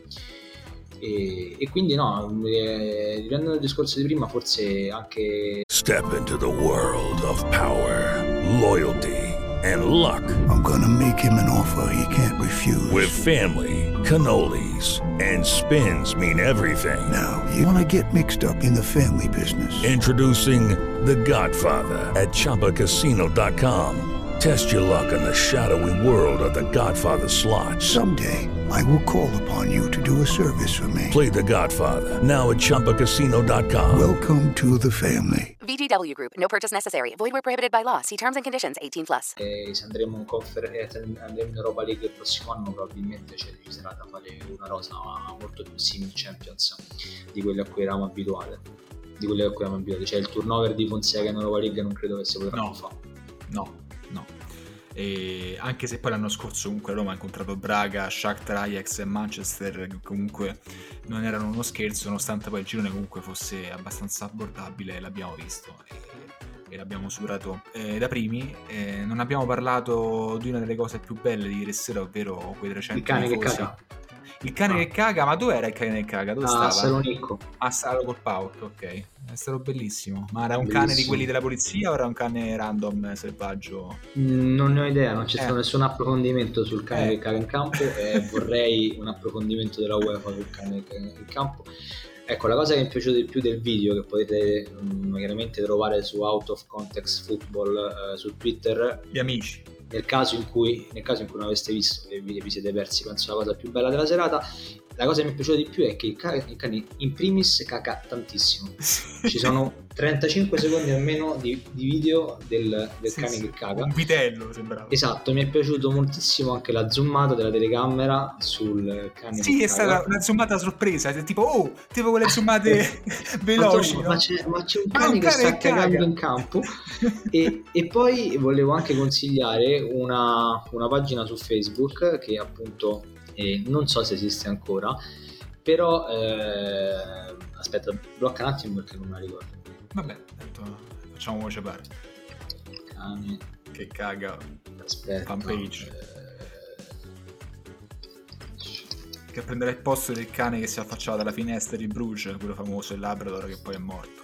E, e quindi no, eh, riprendendo il discorso di prima, forse anche Step into the world of power, loyalty and luck. I'm gonna make him an offer he can't refuse. With family, cannolis and spins mean everything. Now, you wanna get mixed up in the family business. Introducing The Godfather at Chumba Casino dot com. Test your luck in the shadowy world of The Godfather slot. Someday, I will call upon you to do a service for me. Play The Godfather now at Chumba Casino dot com. Welcome to the family. V G W Group. No purchase necessary. Void where prohibited by law. See terms and conditions. eighteen plus. E se andremo in, confer- andremo in Europa League il prossimo anno, probabilmente ci sarà da fare una rosa molto più simile Champions di quelle a cui eravamo abituati. Di quelle a cui eravamo abituati. Cioè il turnover di Fonseca in Europa League non credo che si potrà no. fare. No. No, e anche se poi l'anno scorso comunque Roma ha incontrato Braga, Shakhtar, Ajax e Manchester che comunque non erano uno scherzo, nonostante poi il girone comunque fosse abbastanza abbordabile, l'abbiamo visto e, e l'abbiamo superato eh, da primi. Eh, non abbiamo parlato di una delle cose più belle di ieri sera, ovvero quei trecento il cane tifosi. che caga. Il cane ah. che caga, ma dove era il cane che caga? Dove ah, stava? A Salonicco. Ah, stava col Pauk, ok. È stato bellissimo. Ma era un Bellissimo. cane di quelli della polizia o era un cane random, selvaggio? Mm, non ne ho idea, non c'è eh. stato nessun approfondimento sul cane eh. che caga in campo e vorrei un approfondimento della UEFA sul cane che caga in campo. Ecco, la cosa che mi è piaciuta di più del video, che potete um, chiaramente trovare su Out of Context Football uh, su Twitter, gli amici. Nel caso in cui, nel caso in cui non aveste visto e vi, vi siete persi, penso la cosa più bella della serata, la cosa che mi è piaciuta di più è che il cane, il cane in primis caga tantissimo. Ci sono trentacinque secondi almeno di, di video del, del sì, cane sì. che caga. Un vitello sembrava. Esatto, mi è piaciuto moltissimo anche la zoomata della telecamera sul cane sì, che è caga. stata una zoomata sorpresa, tipo oh, tipo quelle zoomate veloci. Ma, no? ma, c'è, ma c'è un cane, ah, un che cane sta che cagando caga. in campo e, e poi volevo anche consigliare una, una pagina su Facebook che appunto eh, non so se esiste ancora, però eh, aspetta, blocca un attimo perché non me la ricordo. Vabbè, detto, facciamo voce pare. Cane che caga. Aspetta, fanpage eh... che prenderà il posto del cane che si affacciava dalla finestra di Bruges, quello famoso, il Labrador, che poi è morto.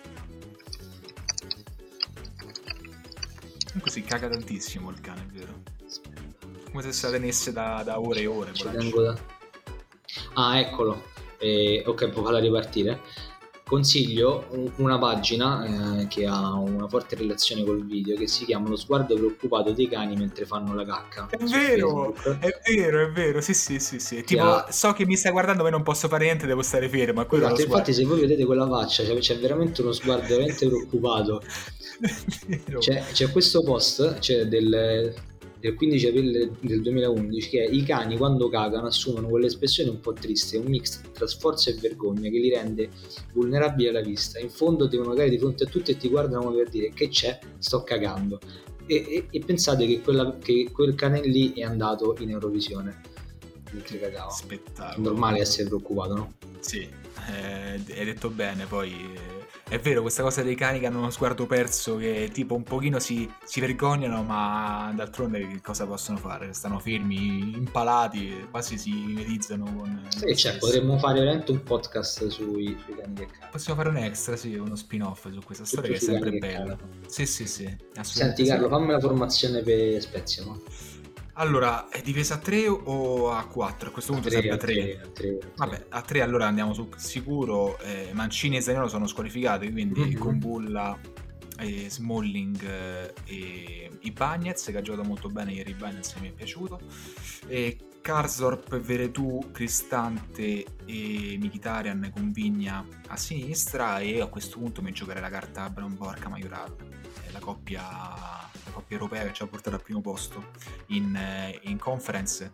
Comunque si caga tantissimo il cane, è vero? Come se se la tenesse da, da ore e ore. Ci tengo da... Ah, eccolo. Eh, ok, può farla ripartire. Consiglio un, una pagina eh, che ha una forte relazione col video, che si chiama Lo sguardo preoccupato dei cani mentre fanno la cacca. È vero, Facebook. è vero, è vero, sì sì sì sì. Tipo, ha... so che mi stai guardando ma non posso fare niente, devo stare fermo. Esatto, infatti se voi vedete quella faccia, cioè, c'è veramente uno sguardo veramente preoccupato. C'è, c'è questo post, cioè del... del quindici aprile del duemilaundici, che è: i cani quando cagano assumono quell'espressione un po' triste, un mix tra sforzo e vergogna che li rende vulnerabili alla vista. In fondo devono cagare di fronte a tutti e ti guardano come per dire: che c'è? Sto cagando. E, e, e pensate che, quella, che quel cane lì è andato in Eurovisione mentre cagava. Spettacolo. È normale essere preoccupato, no? Sì, eh, hai detto bene. Poi è vero, questa cosa dei cani che hanno uno sguardo perso, che tipo un pochino si, si vergognano, ma d'altronde che cosa possono fare? Stanno fermi, impalati, quasi si mimetizzano con... Sì, cioè, potremmo fare veramente un podcast sui, sui cani che cagano. Possiamo fare un extra, sì, uno spin-off su questa storia, che è sempre bella. Sì, sì, sì. Senti Carlo, fammi la formazione per Spezia, no? Allora, è difesa a tre o a quattro? A questo punto a tre, sempre a tre, a tre. Vabbè, a tre allora andiamo sul sicuro. eh, Mancini e Zaniolo sono squalificati, quindi mm-hmm. con Bulla, e Smalling eh, e Ibañez, che ha giocato molto bene ieri. Ibañez mi è piaciuto, e Karsdorp, Veretù, Cristante e Mkhitaryan con Vigna a sinistra, e a questo punto mi giocherei la carta Brown Borca Majoral, la coppia, la coppia europea che ci ha portato al primo posto in, in conference.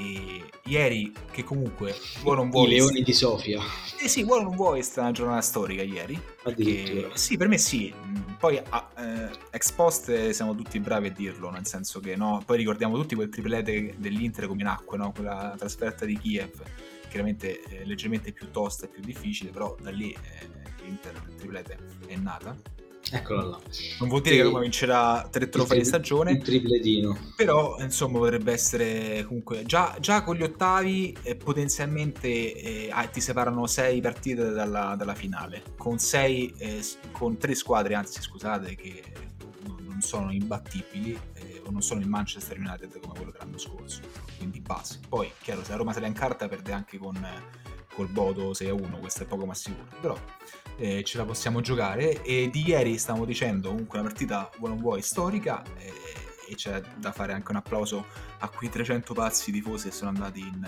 E ieri, che comunque vuoi non vuoi, i Leoni di Sofia, eh sì, vuoi non vuoi, è stata una giornata storica ieri, perché, sì, per me sì. Poi a, eh, ex post siamo tutti bravi a dirlo, nel senso che no, poi ricordiamo tutti quel triplete dell'Inter come nacque, no? Quella trasferta di Kiev, chiaramente eh, leggermente più tosta e più difficile, però da lì eh, l'Inter, il triplete è nata. Eccola là. Non vuol dire e che Roma vincerà tre trofei di stagione, il tripletino, però insomma potrebbe essere comunque già, già con gli ottavi eh, potenzialmente eh, ti separano sei partite dalla, dalla finale, con sei eh, con tre squadre, anzi scusate, che non sono imbattibili eh, o non sono il Manchester United come quello dell'anno scorso, quindi base. Poi chiaro, se la Roma se la in carta perde anche con col Bodo sei a uno, questo è poco ma sicuro, però Eh, ce la possiamo giocare. E di ieri stavamo dicendo comunque una partita vuoi non vuoi storica, eh, e c'è da fare anche un applauso a quei trecento pazzi tifosi che sono andati in,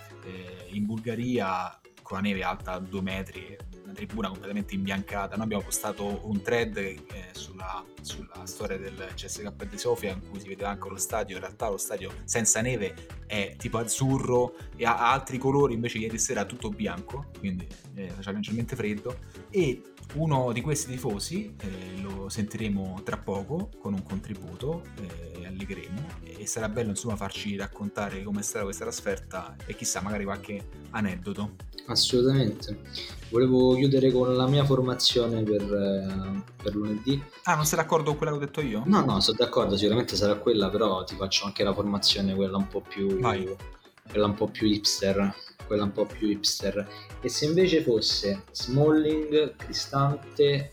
eh, in Bulgaria con la neve alta due metri, una tribuna completamente imbiancata. Noi abbiamo postato un thread eh, sulla, sulla storia del C S K A di Sofia, in cui si vedeva anche lo stadio. In realtà lo stadio senza neve è tipo azzurro e ha altri colori, invece ieri sera è tutto bianco, quindi eh, faceva leggermente freddo. E uno di questi tifosi eh, lo sentiremo tra poco con un contributo, eh, allegheremo, e sarà bello insomma farci raccontare come è stata questa trasferta e chissà magari qualche aneddoto. Assolutamente. Volevo chiudere con la mia formazione per, eh, per lunedì. Ah, non sei d'accordo con quella che ho detto io? No, no, sono d'accordo, sicuramente sarà quella, però ti faccio anche la formazione quella un po' più Vai. quella un po' più hipster, quella un po' più hipster. E se invece fosse Smalling, Cristante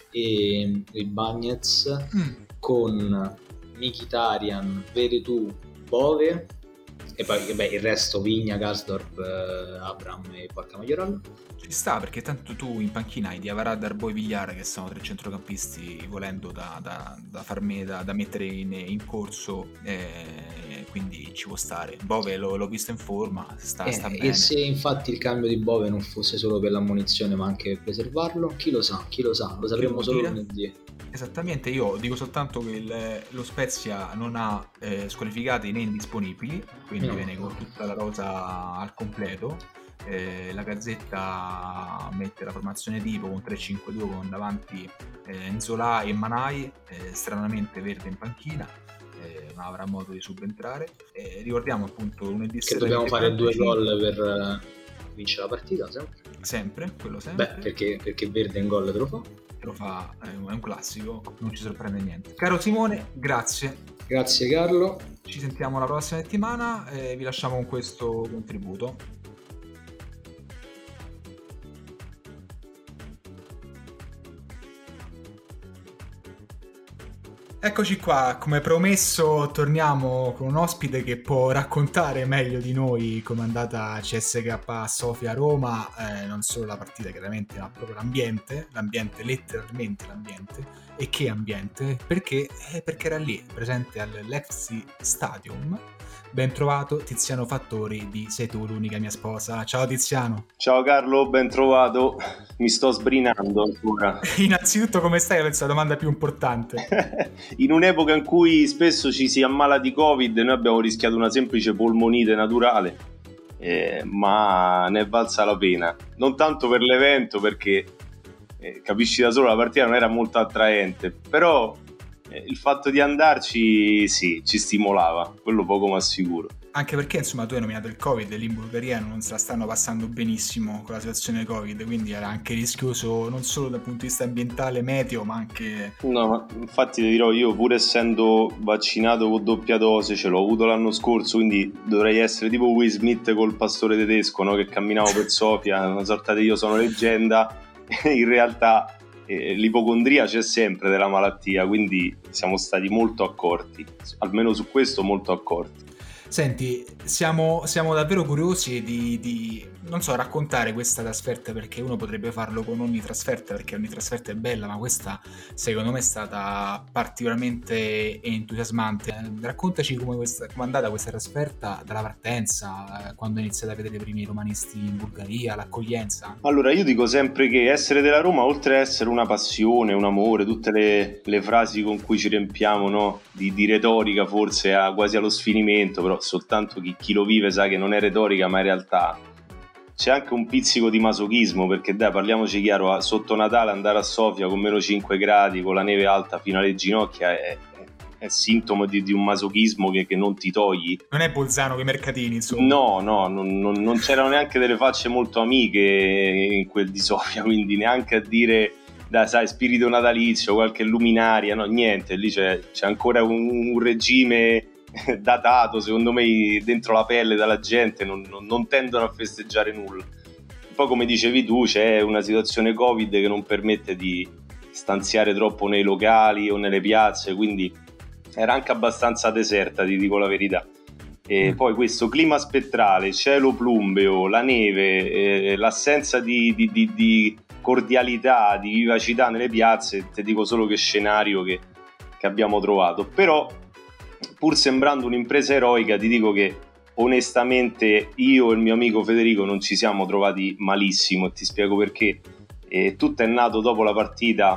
e Ibañez mm. con Mkhitaryan, Veretù, Bove e poi beh, il resto Vigna, Karsdorp, eh, Abraham e Borca Majoral. Ci sta, perché tanto tu in panchina hai Diawara, Darboe e Villar, che sono tre centrocampisti volendo da, da, da far me, da, da mettere in, in corso, eh, quindi ci può stare. Bove l'ho, l'ho visto in forma, sta, eh, sta bene. E se infatti il cambio di Bove non fosse solo per l'ammonizione ma anche per preservarlo, chi lo sa, chi lo sa, lo sapremo solo lunedì. Esattamente, io dico soltanto che il, lo Spezia non ha eh, squalificati né indisponibili, quindi no. Viene con tutta la rosa al completo. Eh, la Gazzetta mette la formazione tipo con tre cinque due con davanti eh, Nzola e Manai, eh, stranamente Verde in panchina, eh, ma avrà modo di subentrare. Eh, ricordiamo appunto lunedì che dobbiamo fare due gol per uh, vincere la partita, sempre. Sempre, quello sempre. Beh, perché, perché Verde in gol te lo fa. Lo fa, è un classico, non ci sorprende niente. Caro Simone, grazie. Grazie Carlo. Ci sentiamo la prossima settimana e vi lasciamo con questo contributo. Eccoci qua, come promesso torniamo con un ospite che può raccontare meglio di noi come è andata C S K A Sofia Roma, eh, non solo la partita chiaramente, ma proprio l'ambiente, l'ambiente letteralmente l'ambiente. E che ambiente? Perché? Eh, perché era lì, presente all'F C Stadium. Ben trovato Tiziano Fattori di Sei tu l'unica mia sposa. Ciao Tiziano. Ciao Carlo, ben trovato. Mi sto sbrinando ancora. Innanzitutto come stai? Questa è la domanda più importante. In un'epoca in cui spesso ci si ammala di Covid, noi abbiamo rischiato una semplice polmonite naturale, eh, ma ne è valsa la pena. Non tanto per l'evento, perché eh, capisci da solo la partita non era molto attraente, però il fatto di andarci sì, ci stimolava, quello poco ma sicuro. Anche perché insomma tu hai nominato il Covid e lì in Bulgaria non se la stanno passando benissimo con la situazione Covid, quindi era anche rischioso non solo dal punto di vista ambientale, meteo, ma anche... No, ma infatti ti dirò, io pur essendo vaccinato con doppia dose, ce l'ho avuto l'anno scorso, quindi dovrei essere tipo Will Smith col pastore tedesco, no? Che camminavo per Sofia, una sorta di io sono leggenda. In realtà eh, l'ipocondria c'è sempre della malattia, quindi siamo stati molto accorti, almeno su questo molto accorti. Senti, siamo, siamo davvero curiosi di, di, non so, raccontare questa trasferta, perché uno potrebbe farlo con ogni trasferta, perché ogni trasferta è bella, ma questa secondo me è stata particolarmente entusiasmante. Eh, raccontaci come, questa, come è andata questa trasferta dalla partenza, eh, quando iniziate a vedere i primi romanisti in Bulgaria, l'accoglienza. Allora, io dico sempre che essere della Roma, oltre a essere una passione, un amore, tutte le, le frasi con cui ci riempiamo, no? di, di retorica forse a, quasi allo sfinimento, però soltanto chi, chi lo vive sa che non è retorica, ma in realtà c'è anche un pizzico di masochismo, perché dai, parliamoci chiaro, sotto Natale andare a Sofia con meno cinque gradi, con la neve alta fino alle ginocchia è, è, è sintomo di, di un masochismo che, che non ti togli. Non è Bolzano che i mercatini, insomma. No, no, non, non, non c'erano neanche delle facce molto amiche in quel di Sofia, quindi neanche a dire dai, sai, spirito natalizio, qualche luminaria, no, niente, lì c'è, c'è ancora un, un regime datato, secondo me, dentro la pelle della gente, non, non, non tendono a festeggiare nulla. Poi, come dicevi tu, c'è una situazione Covid che non permette di stanziare troppo nei locali o nelle piazze, quindi era anche abbastanza deserta, ti dico la verità. E mm. poi questo clima spettrale, cielo plumbeo, la neve, eh, l'assenza di, di, di, di cordialità, di vivacità nelle piazze, ti dico solo che scenario che, che abbiamo trovato. Però, pur sembrando un'impresa eroica, ti dico che onestamente io e il mio amico Federico non ci siamo trovati malissimo, e ti spiego perché. E tutto è nato dopo la partita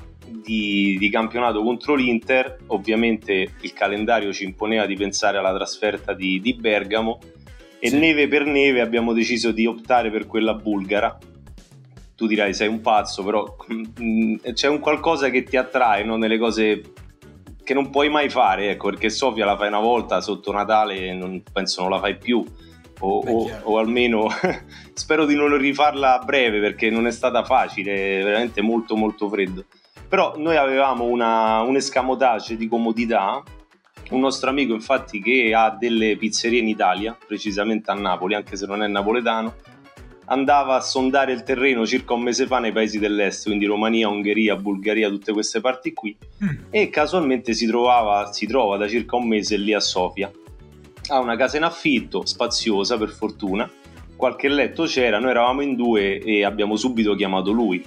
di, di campionato contro l'Inter. Ovviamente il calendario ci imponeva di pensare alla trasferta di, di Bergamo, e sì. neve per neve abbiamo deciso di optare per quella bulgara. Tu dirai sei un pazzo, però mh, c'è un qualcosa che ti attrae, no? Nelle cose che non puoi mai fare, ecco, perché Sofia la fai una volta sotto Natale, non, penso non la fai più, o, Beh, o, o almeno spero di non rifarla a breve, perché non è stata facile, è veramente molto molto freddo. Però noi avevamo una, un escamotage di comodità. Un nostro amico infatti che ha delle pizzerie in Italia, precisamente a Napoli, anche se non è napoletano, andava a sondare il terreno circa un mese fa nei paesi dell'est, quindi Romania, Ungheria, Bulgaria, tutte queste parti qui, mm. e casualmente si trovava, si trova da circa un mese lì a Sofia. Ha una casa in affitto, spaziosa per fortuna, qualche letto c'era, noi eravamo in due e abbiamo subito chiamato lui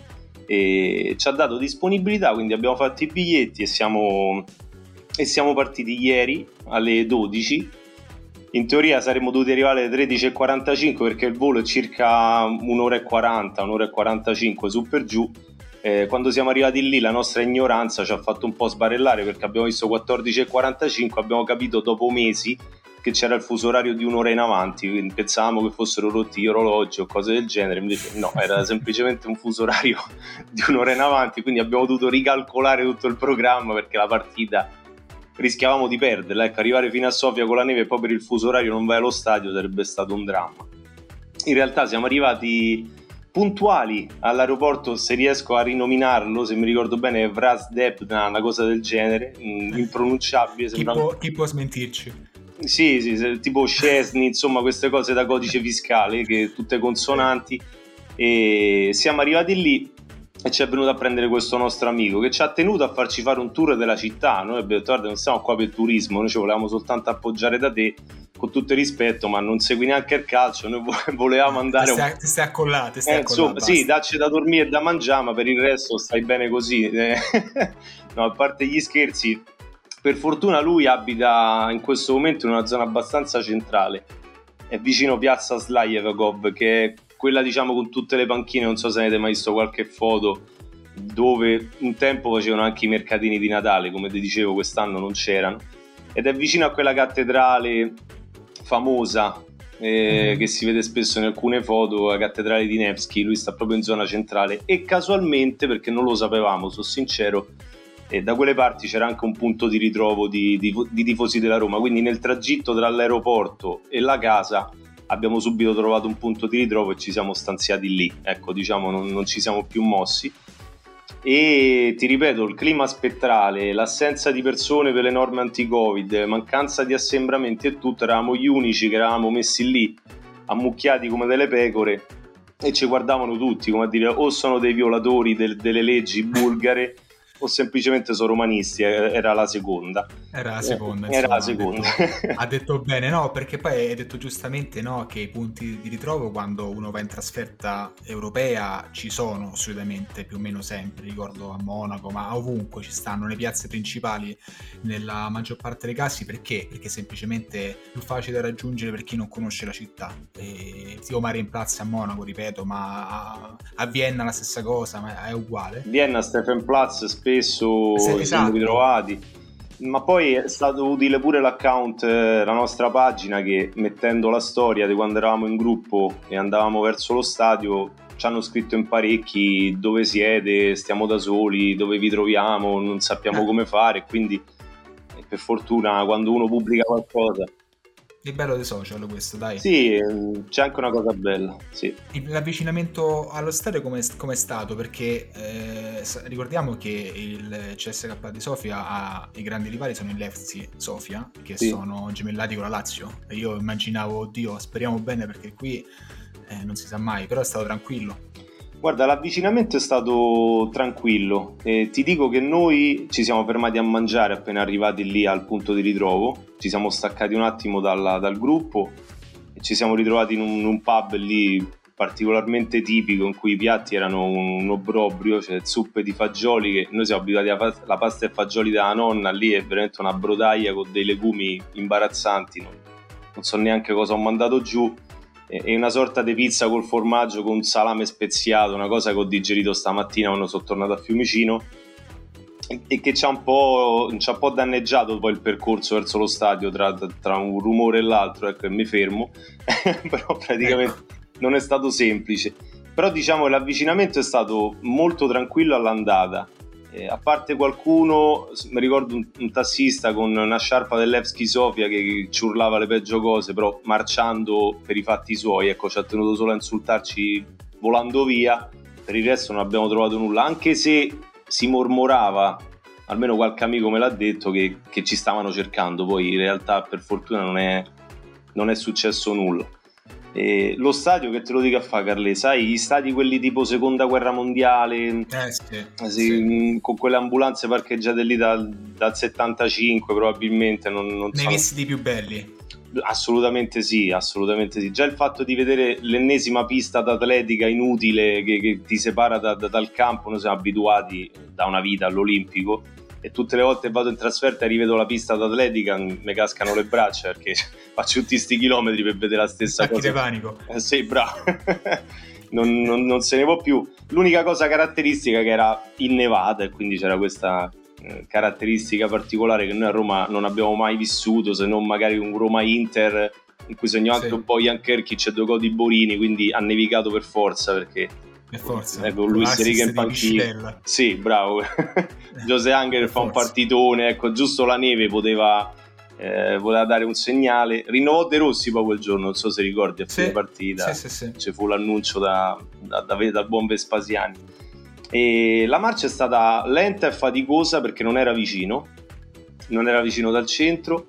e ci ha dato disponibilità, quindi abbiamo fatto i biglietti e siamo, e siamo partiti ieri alle dodici. In teoria saremmo dovuti arrivare alle tredici e quarantacinque, perché il volo è circa un'ora e quaranta, un'ora e quarantacinque su per giù. Eh, quando siamo arrivati lì la nostra ignoranza ci ha fatto un po' sbarellare, perché abbiamo visto quattordici e quarantacinque, abbiamo capito dopo mesi che c'era il fuso orario di un'ora in avanti, quindi pensavamo che fossero rotti gli orologi o cose del genere, invece no, era semplicemente un fuso orario di un'ora in avanti, quindi abbiamo dovuto ricalcolare tutto il programma, perché la partita rischiavamo di perderla, ecco, arrivare fino a Sofia con la neve e poi per il fuso orario non vai allo stadio sarebbe stato un dramma. In realtà siamo arrivati puntuali all'aeroporto, se riesco a rinominarlo, se mi ricordo bene, Vrasdebna, una cosa del genere, impronunciabile. Chi può, chi può smentirci? Sì, sì, tipo Szczesny, insomma queste cose da codice fiscale, che tutte consonanti, e siamo arrivati lì e ci è venuto a prendere questo nostro amico che ci ha tenuto a farci fare un tour della città. Noi abbiamo detto guarda, non siamo qua per turismo, noi ci volevamo soltanto appoggiare da te, con tutto il rispetto, ma non segui neanche il calcio, noi volevamo andare... Ti stai, ti stai accollato, stai eh, accollato, insomma, sì, dacci da dormire e da mangiare, ma per il resto stai bene così. No, a parte gli scherzi, per fortuna lui abita in questo momento in una zona abbastanza centrale, è vicino Piazza Slajevkov, che è quella diciamo con tutte le panchine, non so se avete mai visto qualche foto, dove un tempo facevano anche i mercatini di Natale, come ti dicevo quest'anno non c'erano, ed è vicino a quella cattedrale famosa eh, mm. che si vede spesso in alcune foto, la cattedrale di Nevsky. Lui sta proprio in zona centrale e casualmente, perché non lo sapevamo, sono sincero, e da quelle parti c'era anche un punto di ritrovo di, di, di tifosi della Roma, quindi nel tragitto tra l'aeroporto e la casa abbiamo subito trovato un punto di ritrovo e ci siamo stanziati lì, ecco, diciamo non, non ci siamo più mossi. E ti ripeto, il clima spettrale, l'assenza di persone per le norme anti-Covid, mancanza di assembramenti e tutto, eravamo gli unici che eravamo messi lì ammucchiati come delle pecore e ci guardavano tutti come a dire o sono dei violatori del, delle leggi bulgare o semplicemente sono romanisti. Era la seconda era la seconda era insomma, la seconda ha, detto, ha detto bene, no, perché poi hai detto giustamente, no, che i punti di ritrovo quando uno va in trasferta europea ci sono solitamente più o meno sempre, ricordo a Monaco, ma ovunque ci stanno, le piazze principali nella maggior parte dei casi. Perché? Perché semplicemente è più facile da raggiungere per chi non conosce la città. E tipo Marienplatz a Monaco, ripeto, ma a, a Vienna la stessa cosa, ma è uguale. Vienna, Stephanplatz spesso sì, esatto. Siamo ritrovati, ma poi è stato utile pure l'account, la nostra pagina, che mettendo la storia di quando eravamo in gruppo e andavamo verso lo stadio ci hanno scritto in parecchi dove siete, stiamo da soli, dove vi troviamo, non sappiamo come fare, quindi per fortuna quando uno pubblica qualcosa. È bello dei social questo, dai. Sì, c'è anche una cosa bella, sì. L'avvicinamento allo stadio come è stato? Perché eh, ricordiamo che il C S K A di Sofia ha i grandi rivali, sono il Levski Sofia, che sì. sono gemellati con la Lazio. E io immaginavo, oddio, speriamo bene perché qui eh, non si sa mai, però è stato tranquillo. Guarda, l'avvicinamento è stato tranquillo e ti dico che noi ci siamo fermati a mangiare appena arrivati lì al punto di ritrovo, ci siamo staccati un attimo dalla, dal gruppo e ci siamo ritrovati in un, in un pub lì particolarmente tipico in cui i piatti erano un, un obbrobrio, cioè zuppe di fagioli, che noi siamo abituati alla pasta e fagioli della nonna, lì è veramente una brodaglia con dei legumi imbarazzanti, non, non so neanche cosa ho mandato giù. E una sorta di pizza col formaggio con salame speziato, una cosa che ho digerito stamattina quando sono tornato a Fiumicino e che ci ha un po', ci ha un po' danneggiato poi il percorso verso lo stadio tra, tra un rumore e l'altro, ecco, e mi fermo però praticamente ecco. Non è stato semplice, però diciamo che l'avvicinamento è stato molto tranquillo all'andata. Eh, a parte qualcuno, mi ricordo un, un tassista con una sciarpa del Levski Sofia che, che ci urlava le peggio cose, però marciando per i fatti suoi, ecco, ci ha tenuto solo a insultarci volando via. Per il resto non abbiamo trovato nulla, anche se si mormorava, almeno qualche amico me l'ha detto, che, che ci stavano cercando. Poi in realtà per fortuna non è, non è successo nulla. E lo stadio, che te lo dico a fare, Carle, sai, gli stadi quelli tipo seconda guerra mondiale, eh sì, sì, sì. con quelle ambulanze parcheggiate lì dal, dal settantacinque probabilmente non, non ne hai visti di più belli? Assolutamente sì, assolutamente sì. Già il fatto di vedere l'ennesima pista d'atletica inutile che, che ti separa da, da, dal campo, noi siamo abituati da una vita all'Olimpico e tutte le volte che vado in trasferta e rivedo la pista d'atletica mi cascano le braccia perché faccio tutti sti chilometri per vedere la stessa Attacchi cosa. di panico. Eh, sì, bravo. non, non, non se ne può più. L'unica cosa caratteristica che era innevata e quindi c'era questa eh, caratteristica particolare che noi a Roma non abbiamo mai vissuto, se non magari un Roma-Inter in cui segnò anche sì. un po' Jan Kerkic e due gol di Borini, quindi ha nevicato per forza perché per forza ecco, Luis Enrique in panchina, sì, bravo. José Angel fa un partitone, ecco, giusto la neve poteva eh, voleva dare un segnale. Rinnovò De Rossi poi quel giorno, non so se ricordi, a fine sì, partita sì, sì, sì. ci fu l'annuncio da, da, da, dal buon Vespasiani. E la marcia è stata lenta e faticosa perché non era vicino non era vicino dal centro,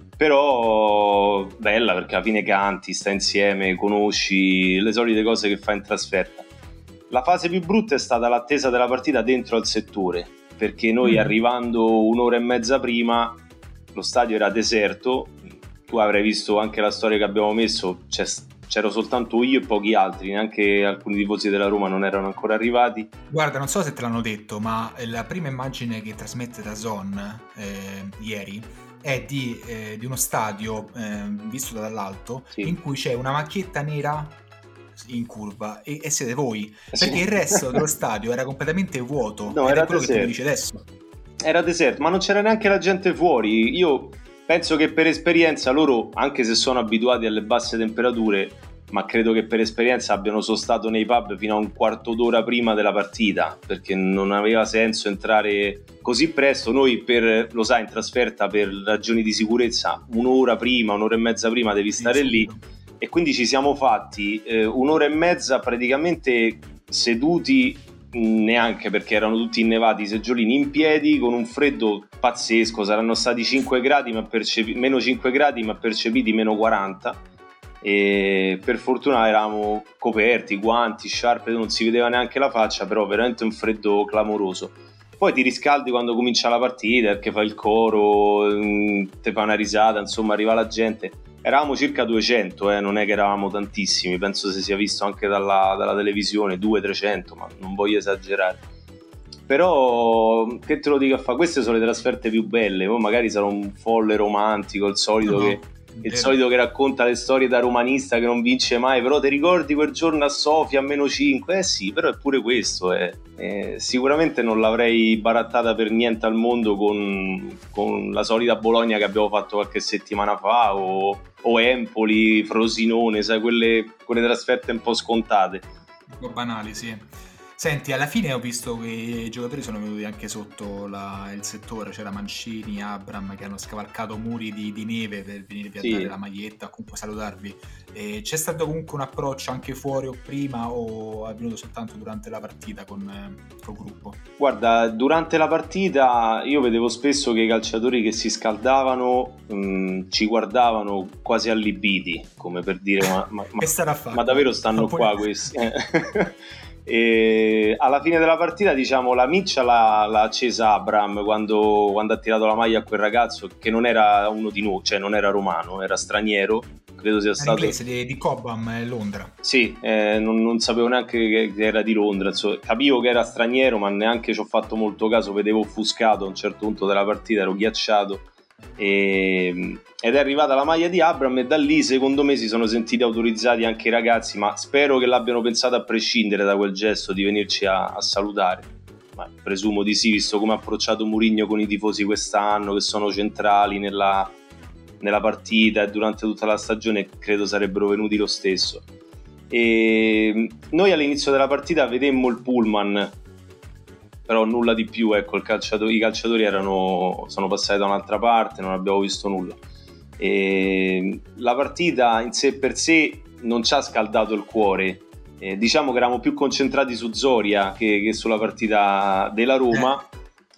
però bella perché alla fine canti, stai insieme, conosci le solite cose che fai in trasferta. La fase più brutta è stata l'attesa della partita dentro al settore, perché noi mm. arrivando un'ora e mezza prima lo stadio era deserto. Tu avrai visto anche la storia che abbiamo messo, c'è, c'ero soltanto io e pochi altri, neanche alcuni tifosi della Roma non erano ancora arrivati. Guarda, non so se te l'hanno detto, ma la prima immagine che trasmette DAZN eh, ieri è di, eh, di uno stadio eh, visto dall'alto, sì. in cui c'è una macchietta nera in curva e, e siete voi, perché sì. il resto dello stadio era completamente vuoto. No, ed era è quello deserto. Che tu mi dici adesso. Era deserto, ma non c'era neanche la gente fuori. Io penso che per esperienza loro, anche se sono abituati alle basse temperature, ma credo che per esperienza abbiano sostato nei pub fino a un quarto d'ora prima della partita, perché non aveva senso entrare così presto. Noi, per, lo sai, in trasferta per ragioni di sicurezza un'ora prima, un'ora e mezza prima devi stare lì, e quindi ci siamo fatti eh, un'ora e mezza praticamente seduti, neanche perché erano tutti innevati i seggiolini, in piedi, con un freddo pazzesco. Saranno stati cinque gradi ma percepi- meno cinque gradi ma percepiti meno quaranta, e per fortuna eravamo coperti, guanti, sciarpe, non si vedeva neanche la faccia, però veramente un freddo clamoroso. Poi ti riscaldi quando comincia la partita, perché fai il coro, ti fa una risata, insomma arriva la gente. Eravamo circa duecento, eh, non è che eravamo tantissimi, penso si sia visto anche dalla, dalla televisione, duecento trecento, ma non voglio esagerare. Però, che te lo dico a fare, queste sono le trasferte più belle. Poi magari sarò un folle romantico, il solito, no, che, il solito che racconta le storie da romanista che non vince mai, però ti ricordi quel giorno a Sofia a meno cinque? Eh sì, però è pure questo, eh. Eh, sicuramente non l'avrei barattata per niente al mondo con, con la solita Bologna che abbiamo fatto qualche settimana fa, o, o Empoli, Frosinone, sai, quelle, quelle trasferte un po' scontate, un po' banali, sì. Senti, alla fine ho visto che i giocatori sono venuti anche sotto la, il settore, c'era Mancini, Abram che hanno scavalcato muri di, di neve per venirvi a sì. dare la maglietta, comunque salutarvi. E c'è stato comunque un approccio anche fuori o prima, o è venuto soltanto durante la partita con il gruppo? Guarda, durante la partita io vedevo spesso che i calciatori che si scaldavano mh, ci guardavano quasi allibiti, come per dire ma, ma, ma, ma davvero stanno qua poi... questi? E alla fine della partita, diciamo, la miccia l'ha, l'ha accesa Abram quando, quando ha tirato la maglia a quel ragazzo che non era uno di noi, cioè non era romano, era straniero, credo sia stato inglese di, di Cobham, Londra. Sì, eh, non, non sapevo neanche che, che era di Londra, insomma, capivo che era straniero, ma neanche ci ho fatto molto caso, vedevo offuscato a un certo punto della partita, ero ghiacciato. E, ed è arrivata la maglia di Abram, e da lì secondo me si sono sentiti autorizzati anche i ragazzi, ma spero che l'abbiano pensato a prescindere da quel gesto di venirci a, a salutare, ma presumo di sì, visto come ha approcciato Mourinho con i tifosi quest'anno, che sono centrali nella, nella partita, e durante tutta la stagione credo sarebbero venuti lo stesso. E noi all'inizio della partita vedemmo il pullman, però nulla di più, ecco, il calciato- i calciatori erano, sono passati da un'altra parte, non abbiamo visto nulla. E la partita in sé per sé non ci ha scaldato il cuore, eh, diciamo che eravamo più concentrati su Zoria che, che sulla partita della Roma,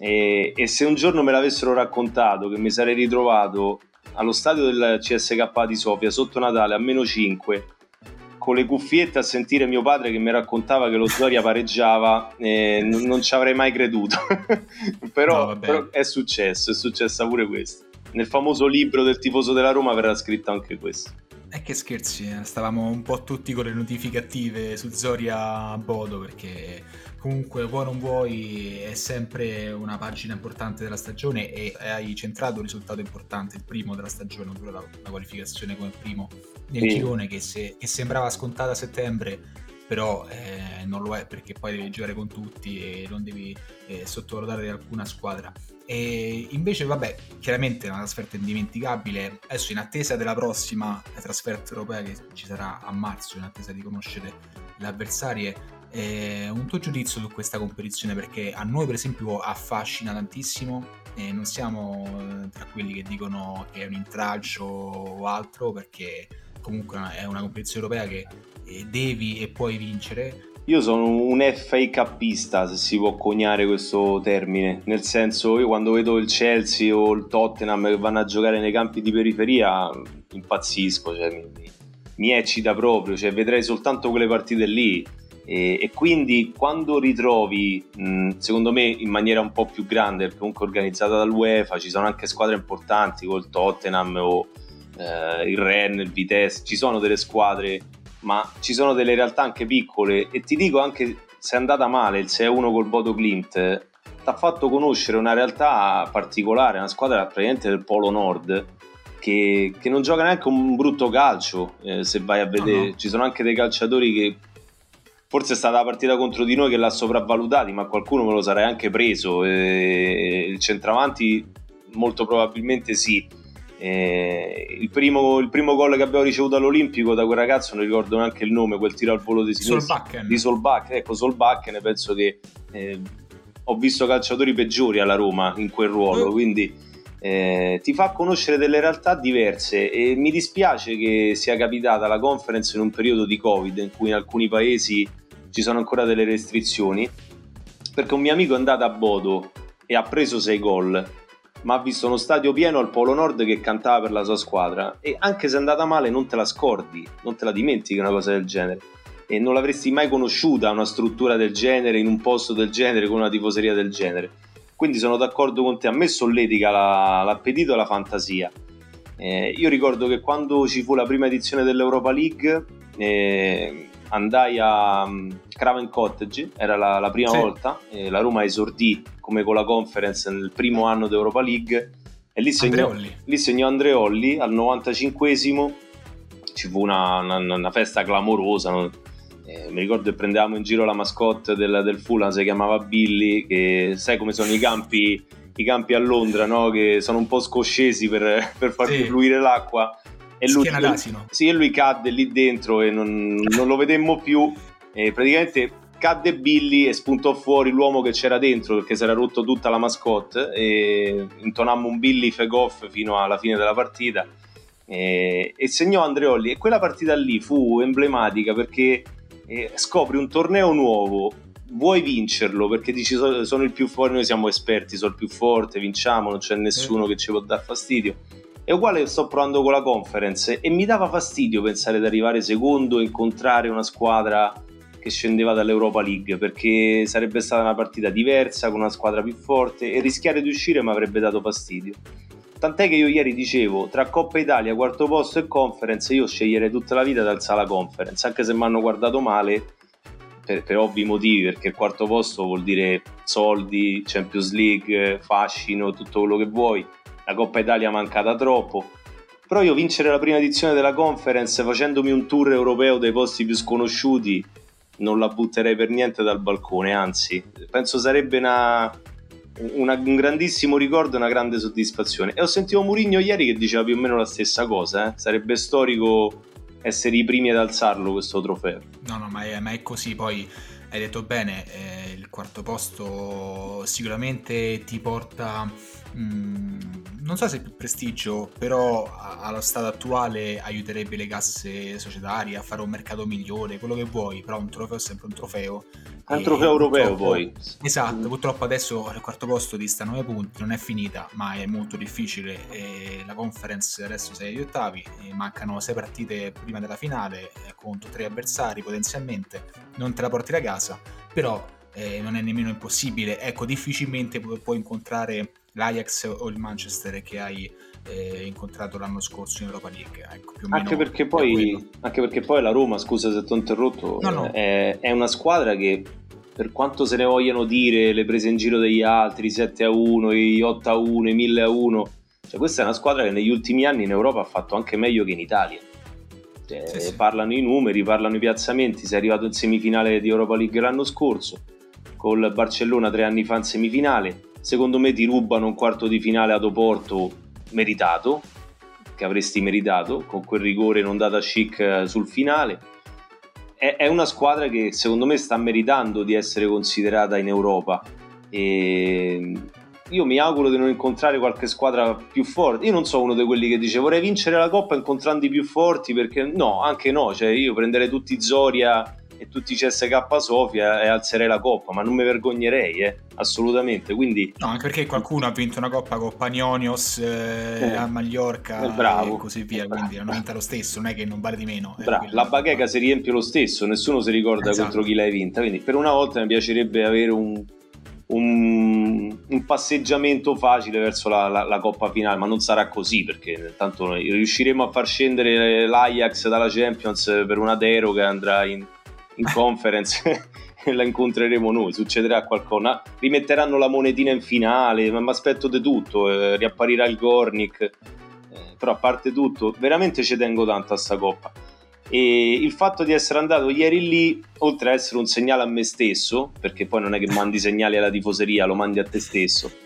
e, e se un giorno me l'avessero raccontato che mi sarei ritrovato allo stadio del C S K A di Sofia sotto Natale a meno cinque con le cuffiette a sentire mio padre che mi raccontava che lo Zoria pareggiava, eh, n- non ci avrei mai creduto. però, no, però è successo, è successa pure questo. Nel famoso libro del tifoso della Roma verrà scritto anche questo. E che scherzi, eh? Stavamo un po' tutti con le notifiche attive su Zoria Bodo, perché comunque vuoi non vuoi è sempre una pagina importante della stagione, e hai centrato un risultato importante, il primo della stagione, ovvero la, la qualificazione come primo nel sì. girone, che, se, che sembrava scontata a settembre, però eh, non lo è, perché poi devi giocare con tutti e non devi eh, sottovalutare alcuna squadra. E invece vabbè, chiaramente è una trasferta indimenticabile. Adesso in attesa della prossima trasferta europea che ci sarà a marzo, in attesa di conoscere le avversarie, eh, un tuo giudizio su questa competizione, perché a noi per esempio affascina tantissimo, e non siamo tra quelli che dicono che è un intralcio o altro, perché comunque è una competizione europea che devi e puoi vincere. Io sono un F A Cupista, se si può coniare questo termine, nel senso, io quando vedo il Chelsea o il Tottenham che vanno a giocare nei campi di periferia impazzisco, cioè mi, mi eccita proprio, cioè vedrei soltanto quelle partite lì, e, e quindi quando ritrovi, mh, secondo me in maniera un po' più grande, comunque organizzata dall'UEFA, ci sono anche squadre importanti col Tottenham o eh, il Rennes, il Vitesse, ci sono delle squadre, ma ci sono delle realtà anche piccole, e ti dico anche se è andata male il sei a uno col Bodo Glimt, ti ha fatto conoscere una realtà particolare, una squadra praticamente del Polo Nord che, che non gioca neanche un brutto calcio, eh, se vai a vedere, no, no. Ci sono anche dei calciatori che forse è stata la partita contro di noi che l'ha sopravvalutati, ma qualcuno me lo sarei anche preso, eh, il centravanti molto probabilmente sì. Eh, il, primo, il primo gol che abbiamo ricevuto all'Olimpico da quel ragazzo, non ricordo neanche il nome, quel tiro al volo di sinistra di Solbakken, ecco Solbakken, penso che eh, ho visto calciatori peggiori alla Roma in quel ruolo, quindi eh, ti fa conoscere delle realtà diverse, e mi dispiace che sia capitata la Conference in un periodo di Covid in cui in alcuni paesi ci sono ancora delle restrizioni, perché un mio amico è andato a Bodo e ha preso sei gol, ma ha visto uno stadio pieno al Polo Nord che cantava per la sua squadra, e anche se è andata male non te la scordi, non te la dimentichi una cosa del genere, e non l'avresti mai conosciuta una struttura del genere in un posto del genere con una tifoseria del genere. Quindi sono d'accordo con te, a me solletica la, l'appetito e la fantasia. Eh, io ricordo che quando ci fu la prima edizione dell'Europa League eh, andai a um, Craven Cottage, era la, la prima sì. volta, eh, la Roma esordì come con la Conference nel primo anno d'Europa League, e lì segnò, lì segnò Andreolli al novantacinquesimo, ci fu una, una, una festa clamorosa, no? eh, mi ricordo che prendevamo in giro la mascotte del, del Fulham, si chiamava Billy, che sai come sono i campi, i campi a Londra, no? Che sono un po' scoscesi per, per far sì. fluire l'acqua, e lui, lui, sì, e lui cadde lì dentro e non, non lo vedemmo più, e praticamente cadde Billy e spuntò fuori l'uomo che c'era dentro, perché si era rotto tutta la mascotte, e intonammo un Billy fake off fino alla fine della partita, e, e segnò Andreolli, e quella partita lì fu emblematica perché eh, scopri un torneo nuovo, vuoi vincerlo perché dici sono il più forte, noi siamo esperti, sono il più forte, vinciamo, non c'è nessuno che ci può dar fastidio. È uguale che sto provando con la Conference, e mi dava fastidio pensare di arrivare secondo e incontrare una squadra che scendeva dall'Europa League, perché sarebbe stata una partita diversa con una squadra più forte, e rischiare di uscire mi avrebbe dato fastidio. Tant'è che io ieri dicevo, tra Coppa Italia, quarto posto e Conference, io sceglierei tutta la vita di alzare la Conference, anche se mi hanno guardato male per, per ovvi motivi, perché il quarto posto vuol dire soldi, Champions League, fascino, tutto quello che vuoi. La Coppa Italia mancata troppo, però io vincere la prima edizione della Conference facendomi un tour europeo dei posti più sconosciuti non la butterei per niente dal balcone, anzi penso sarebbe una, una, un grandissimo ricordo, una grande soddisfazione. E ho sentito Mourinho ieri che diceva più o meno la stessa cosa, eh? Sarebbe storico essere i primi ad alzarlo questo trofeo. No, no, ma è, ma è così. Poi hai detto bene, eh, il quarto posto sicuramente ti porta, mh, non so se più prestigio, però a, allo stato attuale aiuterebbe le casse societarie a fare un mercato migliore, quello che vuoi, però un trofeo è sempre un trofeo. È un trofeo europeo poi. Esatto, purtroppo adesso il quarto posto dista nove punti, non è finita, ma è molto difficile, e la Conference adesso sei agli ottavi, e mancano sei partite prima della finale, contro tre avversari potenzialmente, non te la porti da casa, però eh, non è nemmeno impossibile. Ecco, difficilmente pu- puoi incontrare l'Ajax o il Manchester che hai eh, incontrato l'anno scorso in Europa League, ecco, più o meno. Anche perché poi, anche perché poi la Roma, scusa se ti ho interrotto, no, no. È, è una squadra che, per quanto se ne vogliano dire le prese in giro degli altri, i sette a uno, i otto a uno, i mille a uno, cioè questa è una squadra che negli ultimi anni in Europa ha fatto anche meglio che in Italia. Cioè, sì, sì. Parlano i numeri, parlano i piazzamenti. Sei arrivato in semifinale di Europa League l'anno scorso, col Barcellona tre anni fa in semifinale. Secondo me ti rubano un quarto di finale ad Oporto meritato, che avresti meritato, con quel rigore non data chic sul finale. È, è una squadra che secondo me sta meritando di essere considerata in Europa, e io mi auguro di non incontrare qualche squadra più forte. Io non sono uno di quelli che dice vorrei vincere la Coppa incontrando i più forti, perché no, anche no, cioè io prenderei tutti Zoria e tutti C S K Sofia e alzerei la Coppa, ma non mi vergognerei, eh, assolutamente. Quindi no, anche perché qualcuno ha vinto una Coppa con Panionios eh, eh, a Mallorca bravo, e così via, quindi hanno vinto lo stesso, non è che non vale di meno. Bravo, la bacheca si riempie lo stesso, nessuno si ricorda esatto. contro chi l'hai vinta, quindi per una volta mi piacerebbe avere un Un, un passeggiamento facile verso la, la, la Coppa finale, ma non sarà così, perché tanto noi riusciremo a far scendere l'Ajax dalla Champions per una deroga, andrà in, in Conference e la incontreremo noi, succederà qualcosa, rimetteranno la monetina in finale, ma mi aspetto di tutto, eh, riapparirà il Gornik, eh, però a parte tutto veramente ci tengo tanto a sta Coppa. E il fatto di essere andato ieri lì, oltre a essere un segnale a me stesso, perché poi non è che mandi segnali alla tifoseria, lo mandi a te stesso,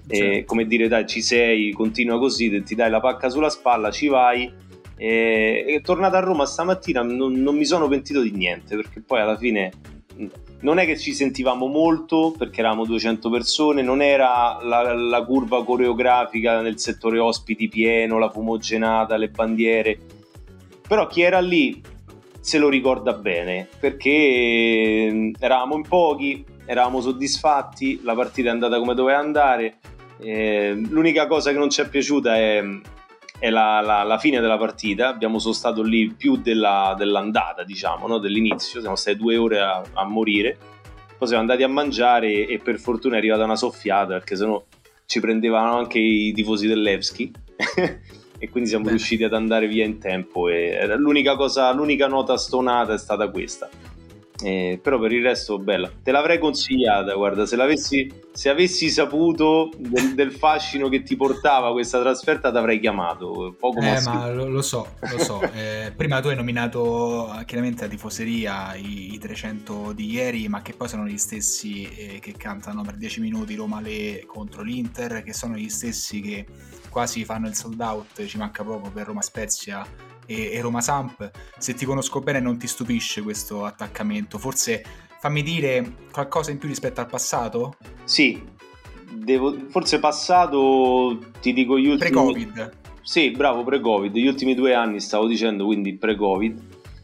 e come dire dai ci sei, continua così, ti dai la pacca sulla spalla, ci vai. E, e tornato a Roma stamattina non, non mi sono pentito di niente, perché poi alla fine non è che ci sentivamo molto perché eravamo duecento persone, non era la, la curva coreografica nel settore ospiti pieno, la fumogenata, le bandiere, però chi era lì se lo ricorda bene, perché eravamo in pochi, eravamo soddisfatti, la partita è andata come doveva andare. Eh, l'unica cosa che non ci è piaciuta è, è la, la, la fine della partita. Abbiamo sostato lì più della, dell'andata, diciamo, no? Dell'inizio, siamo stati due ore a, a morire, poi siamo andati a mangiare e per fortuna è arrivata una soffiata, perché sennò ci prendevano anche i tifosi del Levski e quindi siamo Beh. riusciti ad andare via in tempo, e l'unica cosa, l'unica nota stonata è stata questa. Eh, però per il resto bella, te l'avrei consigliata, guarda, se l'avessi se avessi saputo del, del fascino che ti portava questa trasferta t'avrei chiamato poco eh, ma lo, lo so, lo so. Eh, prima tu hai nominato chiaramente la tifoseria, i, i trecento di ieri, ma che poi sono gli stessi eh, che cantano per dieci minuti Roma Le contro l'Inter, che sono gli stessi che quasi fanno il sold out, ci manca poco per Roma Spezia e, e Roma Samp. Se ti conosco bene non ti stupisce questo attaccamento, forse fammi dire qualcosa in più rispetto al passato? Sì, devo, forse passato ti dico gli ultimi... Pre-Covid. Sì, bravo, pre-Covid, gli ultimi due anni stavo dicendo, quindi pre-Covid.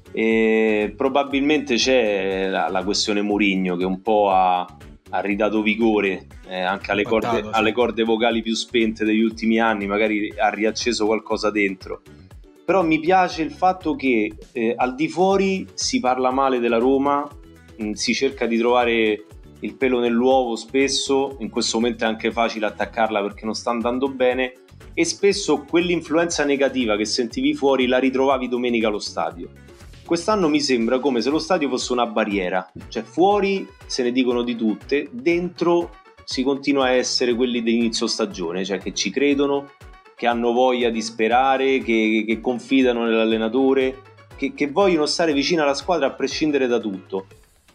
E probabilmente c'è la, la questione Mourinho che un po' ha, ha ridato vigore eh, anche alle corde, Portato, sì. alle corde vocali più spente degli ultimi anni, magari ha riacceso qualcosa dentro. Però mi piace il fatto che eh, al di fuori si parla male della Roma, mh, si cerca di trovare il pelo nell'uovo spesso, in questo momento è anche facile attaccarla perché non sta andando bene, e spesso quell'influenza negativa che sentivi fuori la ritrovavi domenica allo stadio. Quest'anno mi sembra come se lo stadio fosse una barriera, cioè fuori se ne dicono di tutte, dentro si continua a essere quelli dell'inizio stagione, cioè che ci credono, che hanno voglia di sperare, che, che confidano nell'allenatore, che, che vogliono stare vicino alla squadra a prescindere da tutto.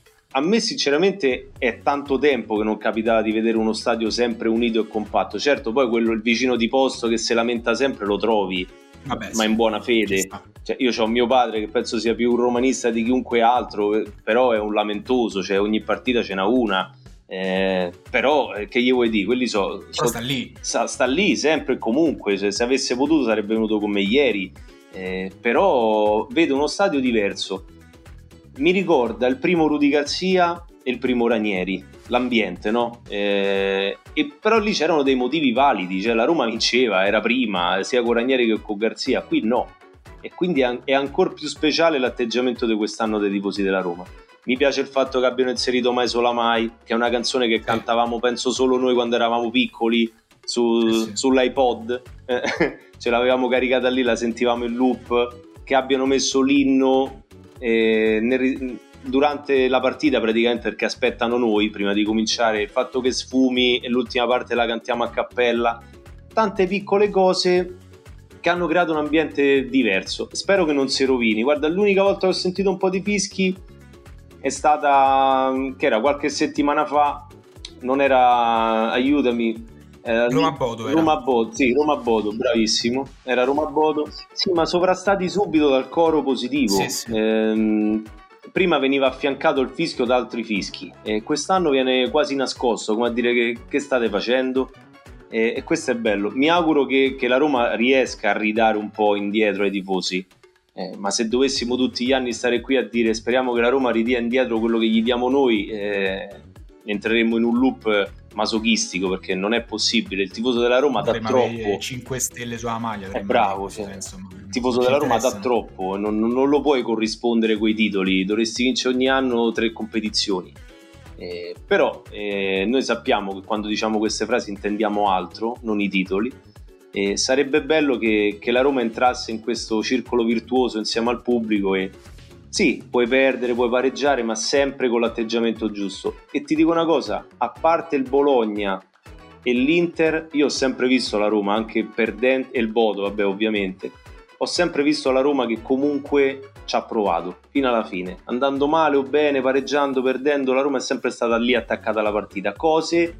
A me sinceramente è tanto tempo che non capitava di vedere uno stadio sempre unito e compatto. Certo, poi quello, il vicino di posto che si lamenta sempre lo trovi, Vabbè, ma sì, in buona fede. Cioè, io ho mio padre che penso sia più un romanista di chiunque altro, però è un lamentoso, cioè ogni partita ce n'ha una. Eh, però eh, che gli vuoi dire, quelli so, so sta lì sta, sta lì sempre e comunque, cioè, se avesse potuto sarebbe venuto con me ieri, eh, però vedo uno stadio diverso, mi ricorda il primo Rudy Garcia e il primo Ranieri, l'ambiente, no? Eh, e però lì c'erano dei motivi validi, cioè la Roma vinceva, era prima sia con Ranieri che con Garcia, qui no, e quindi è ancora più speciale l'atteggiamento di quest'anno dei tifosi della Roma. Mi piace il fatto che abbiano inserito Mai Sola Mai, che è una canzone che cantavamo penso solo noi quando eravamo piccoli su, eh sì. sull'iPod, eh, ce l'avevamo caricata lì, la sentivamo in loop. Che abbiano messo l'inno eh, nel, durante la partita praticamente, perché aspettano noi prima di cominciare, il fatto che sfumi e l'ultima parte la cantiamo a cappella, tante piccole cose che hanno creato un ambiente diverso. Spero che non si rovini. Guarda, l'unica volta che ho sentito un po' di fischi è stata, che era qualche settimana fa, non era, aiutami, era Roma Bodo, era. Roma Bodo, sì, Roma Bodo, bravissimo, era Roma Bodo, sì, ma sovrastati subito dal coro positivo. Sì, sì. Ehm, prima veniva affiancato il fischio da altri fischi e quest'anno viene quasi nascosto, come a dire che, che state facendo, e, e questo è bello. Mi auguro che, che la Roma riesca a ridare un po' indietro ai tifosi. Eh, ma se dovessimo tutti gli anni stare qui a dire speriamo che la Roma ridia indietro quello che gli diamo noi, eh, entreremmo in un loop masochistico, perché non è possibile. Il tifoso della Roma dà troppo, cinque stelle sulla maglia, è bravo, cioè, il tifoso della Roma dà troppo, non, non lo puoi corrispondere coi titoli, dovresti vincere ogni anno tre competizioni, eh, però eh, noi sappiamo che quando diciamo queste frasi intendiamo altro, non i titoli. E sarebbe bello che, che la Roma entrasse in questo circolo virtuoso insieme al pubblico, e sì, puoi perdere, puoi pareggiare, ma sempre con l'atteggiamento giusto. E ti dico una cosa, a parte il Bologna e l'Inter, io ho sempre visto la Roma, anche perdente, e il Bodo, vabbè, ovviamente, ho sempre visto la Roma che comunque ci ha provato fino alla fine, andando male o bene, pareggiando, perdendo, la Roma è sempre stata lì attaccata alla partita, cose che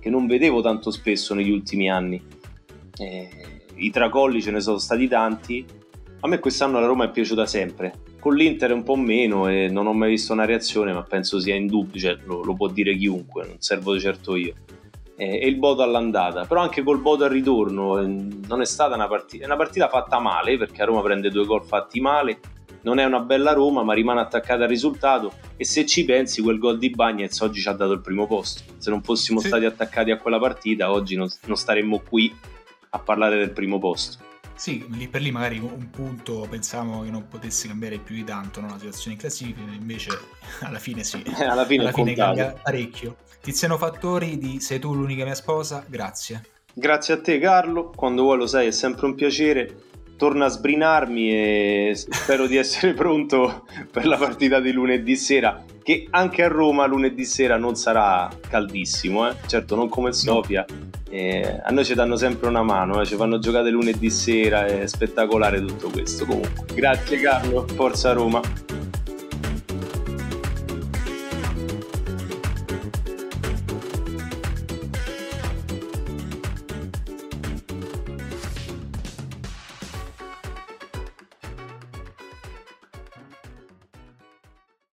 che non vedevo tanto spesso negli ultimi anni. Eh, I tracolli ce ne sono stati tanti. A me quest'anno la Roma è piaciuta sempre, con l'Inter un po' meno e non ho mai visto una reazione, ma penso sia indubbio, cioè, lo, lo può dire chiunque, non servo di certo io. Eh, e il Bodo all'andata, però anche col Bodo al ritorno eh, non è stata una partita, è una partita fatta male, perché a Roma prende due gol fatti male, non è una bella Roma ma rimane attaccata al risultato, e se ci pensi quel gol di Bagnez oggi ci ha dato il primo posto. Se non fossimo sì. stati attaccati a quella partita oggi non, non staremmo qui a parlare del primo posto. Sì, lì per lì magari un punto pensavamo che non potesse cambiare più di tanto, no? La situazione in classifica, invece alla fine sì, eh, alla fine, alla fine cambia parecchio. Tiziano Fattori di Sei tu l'unica mia sposa, grazie. Grazie a te Carlo, quando vuoi lo sai, è sempre un piacere. Torna a sbrinarmi e spero di essere pronto per la partita di lunedì sera, che anche a Roma lunedì sera non sarà caldissimo, eh? Certo non come Sofia, eh, a noi ci danno sempre una mano, eh? Ci fanno giocare lunedì sera, è spettacolare tutto questo. Comunque grazie Carlo, forza Roma.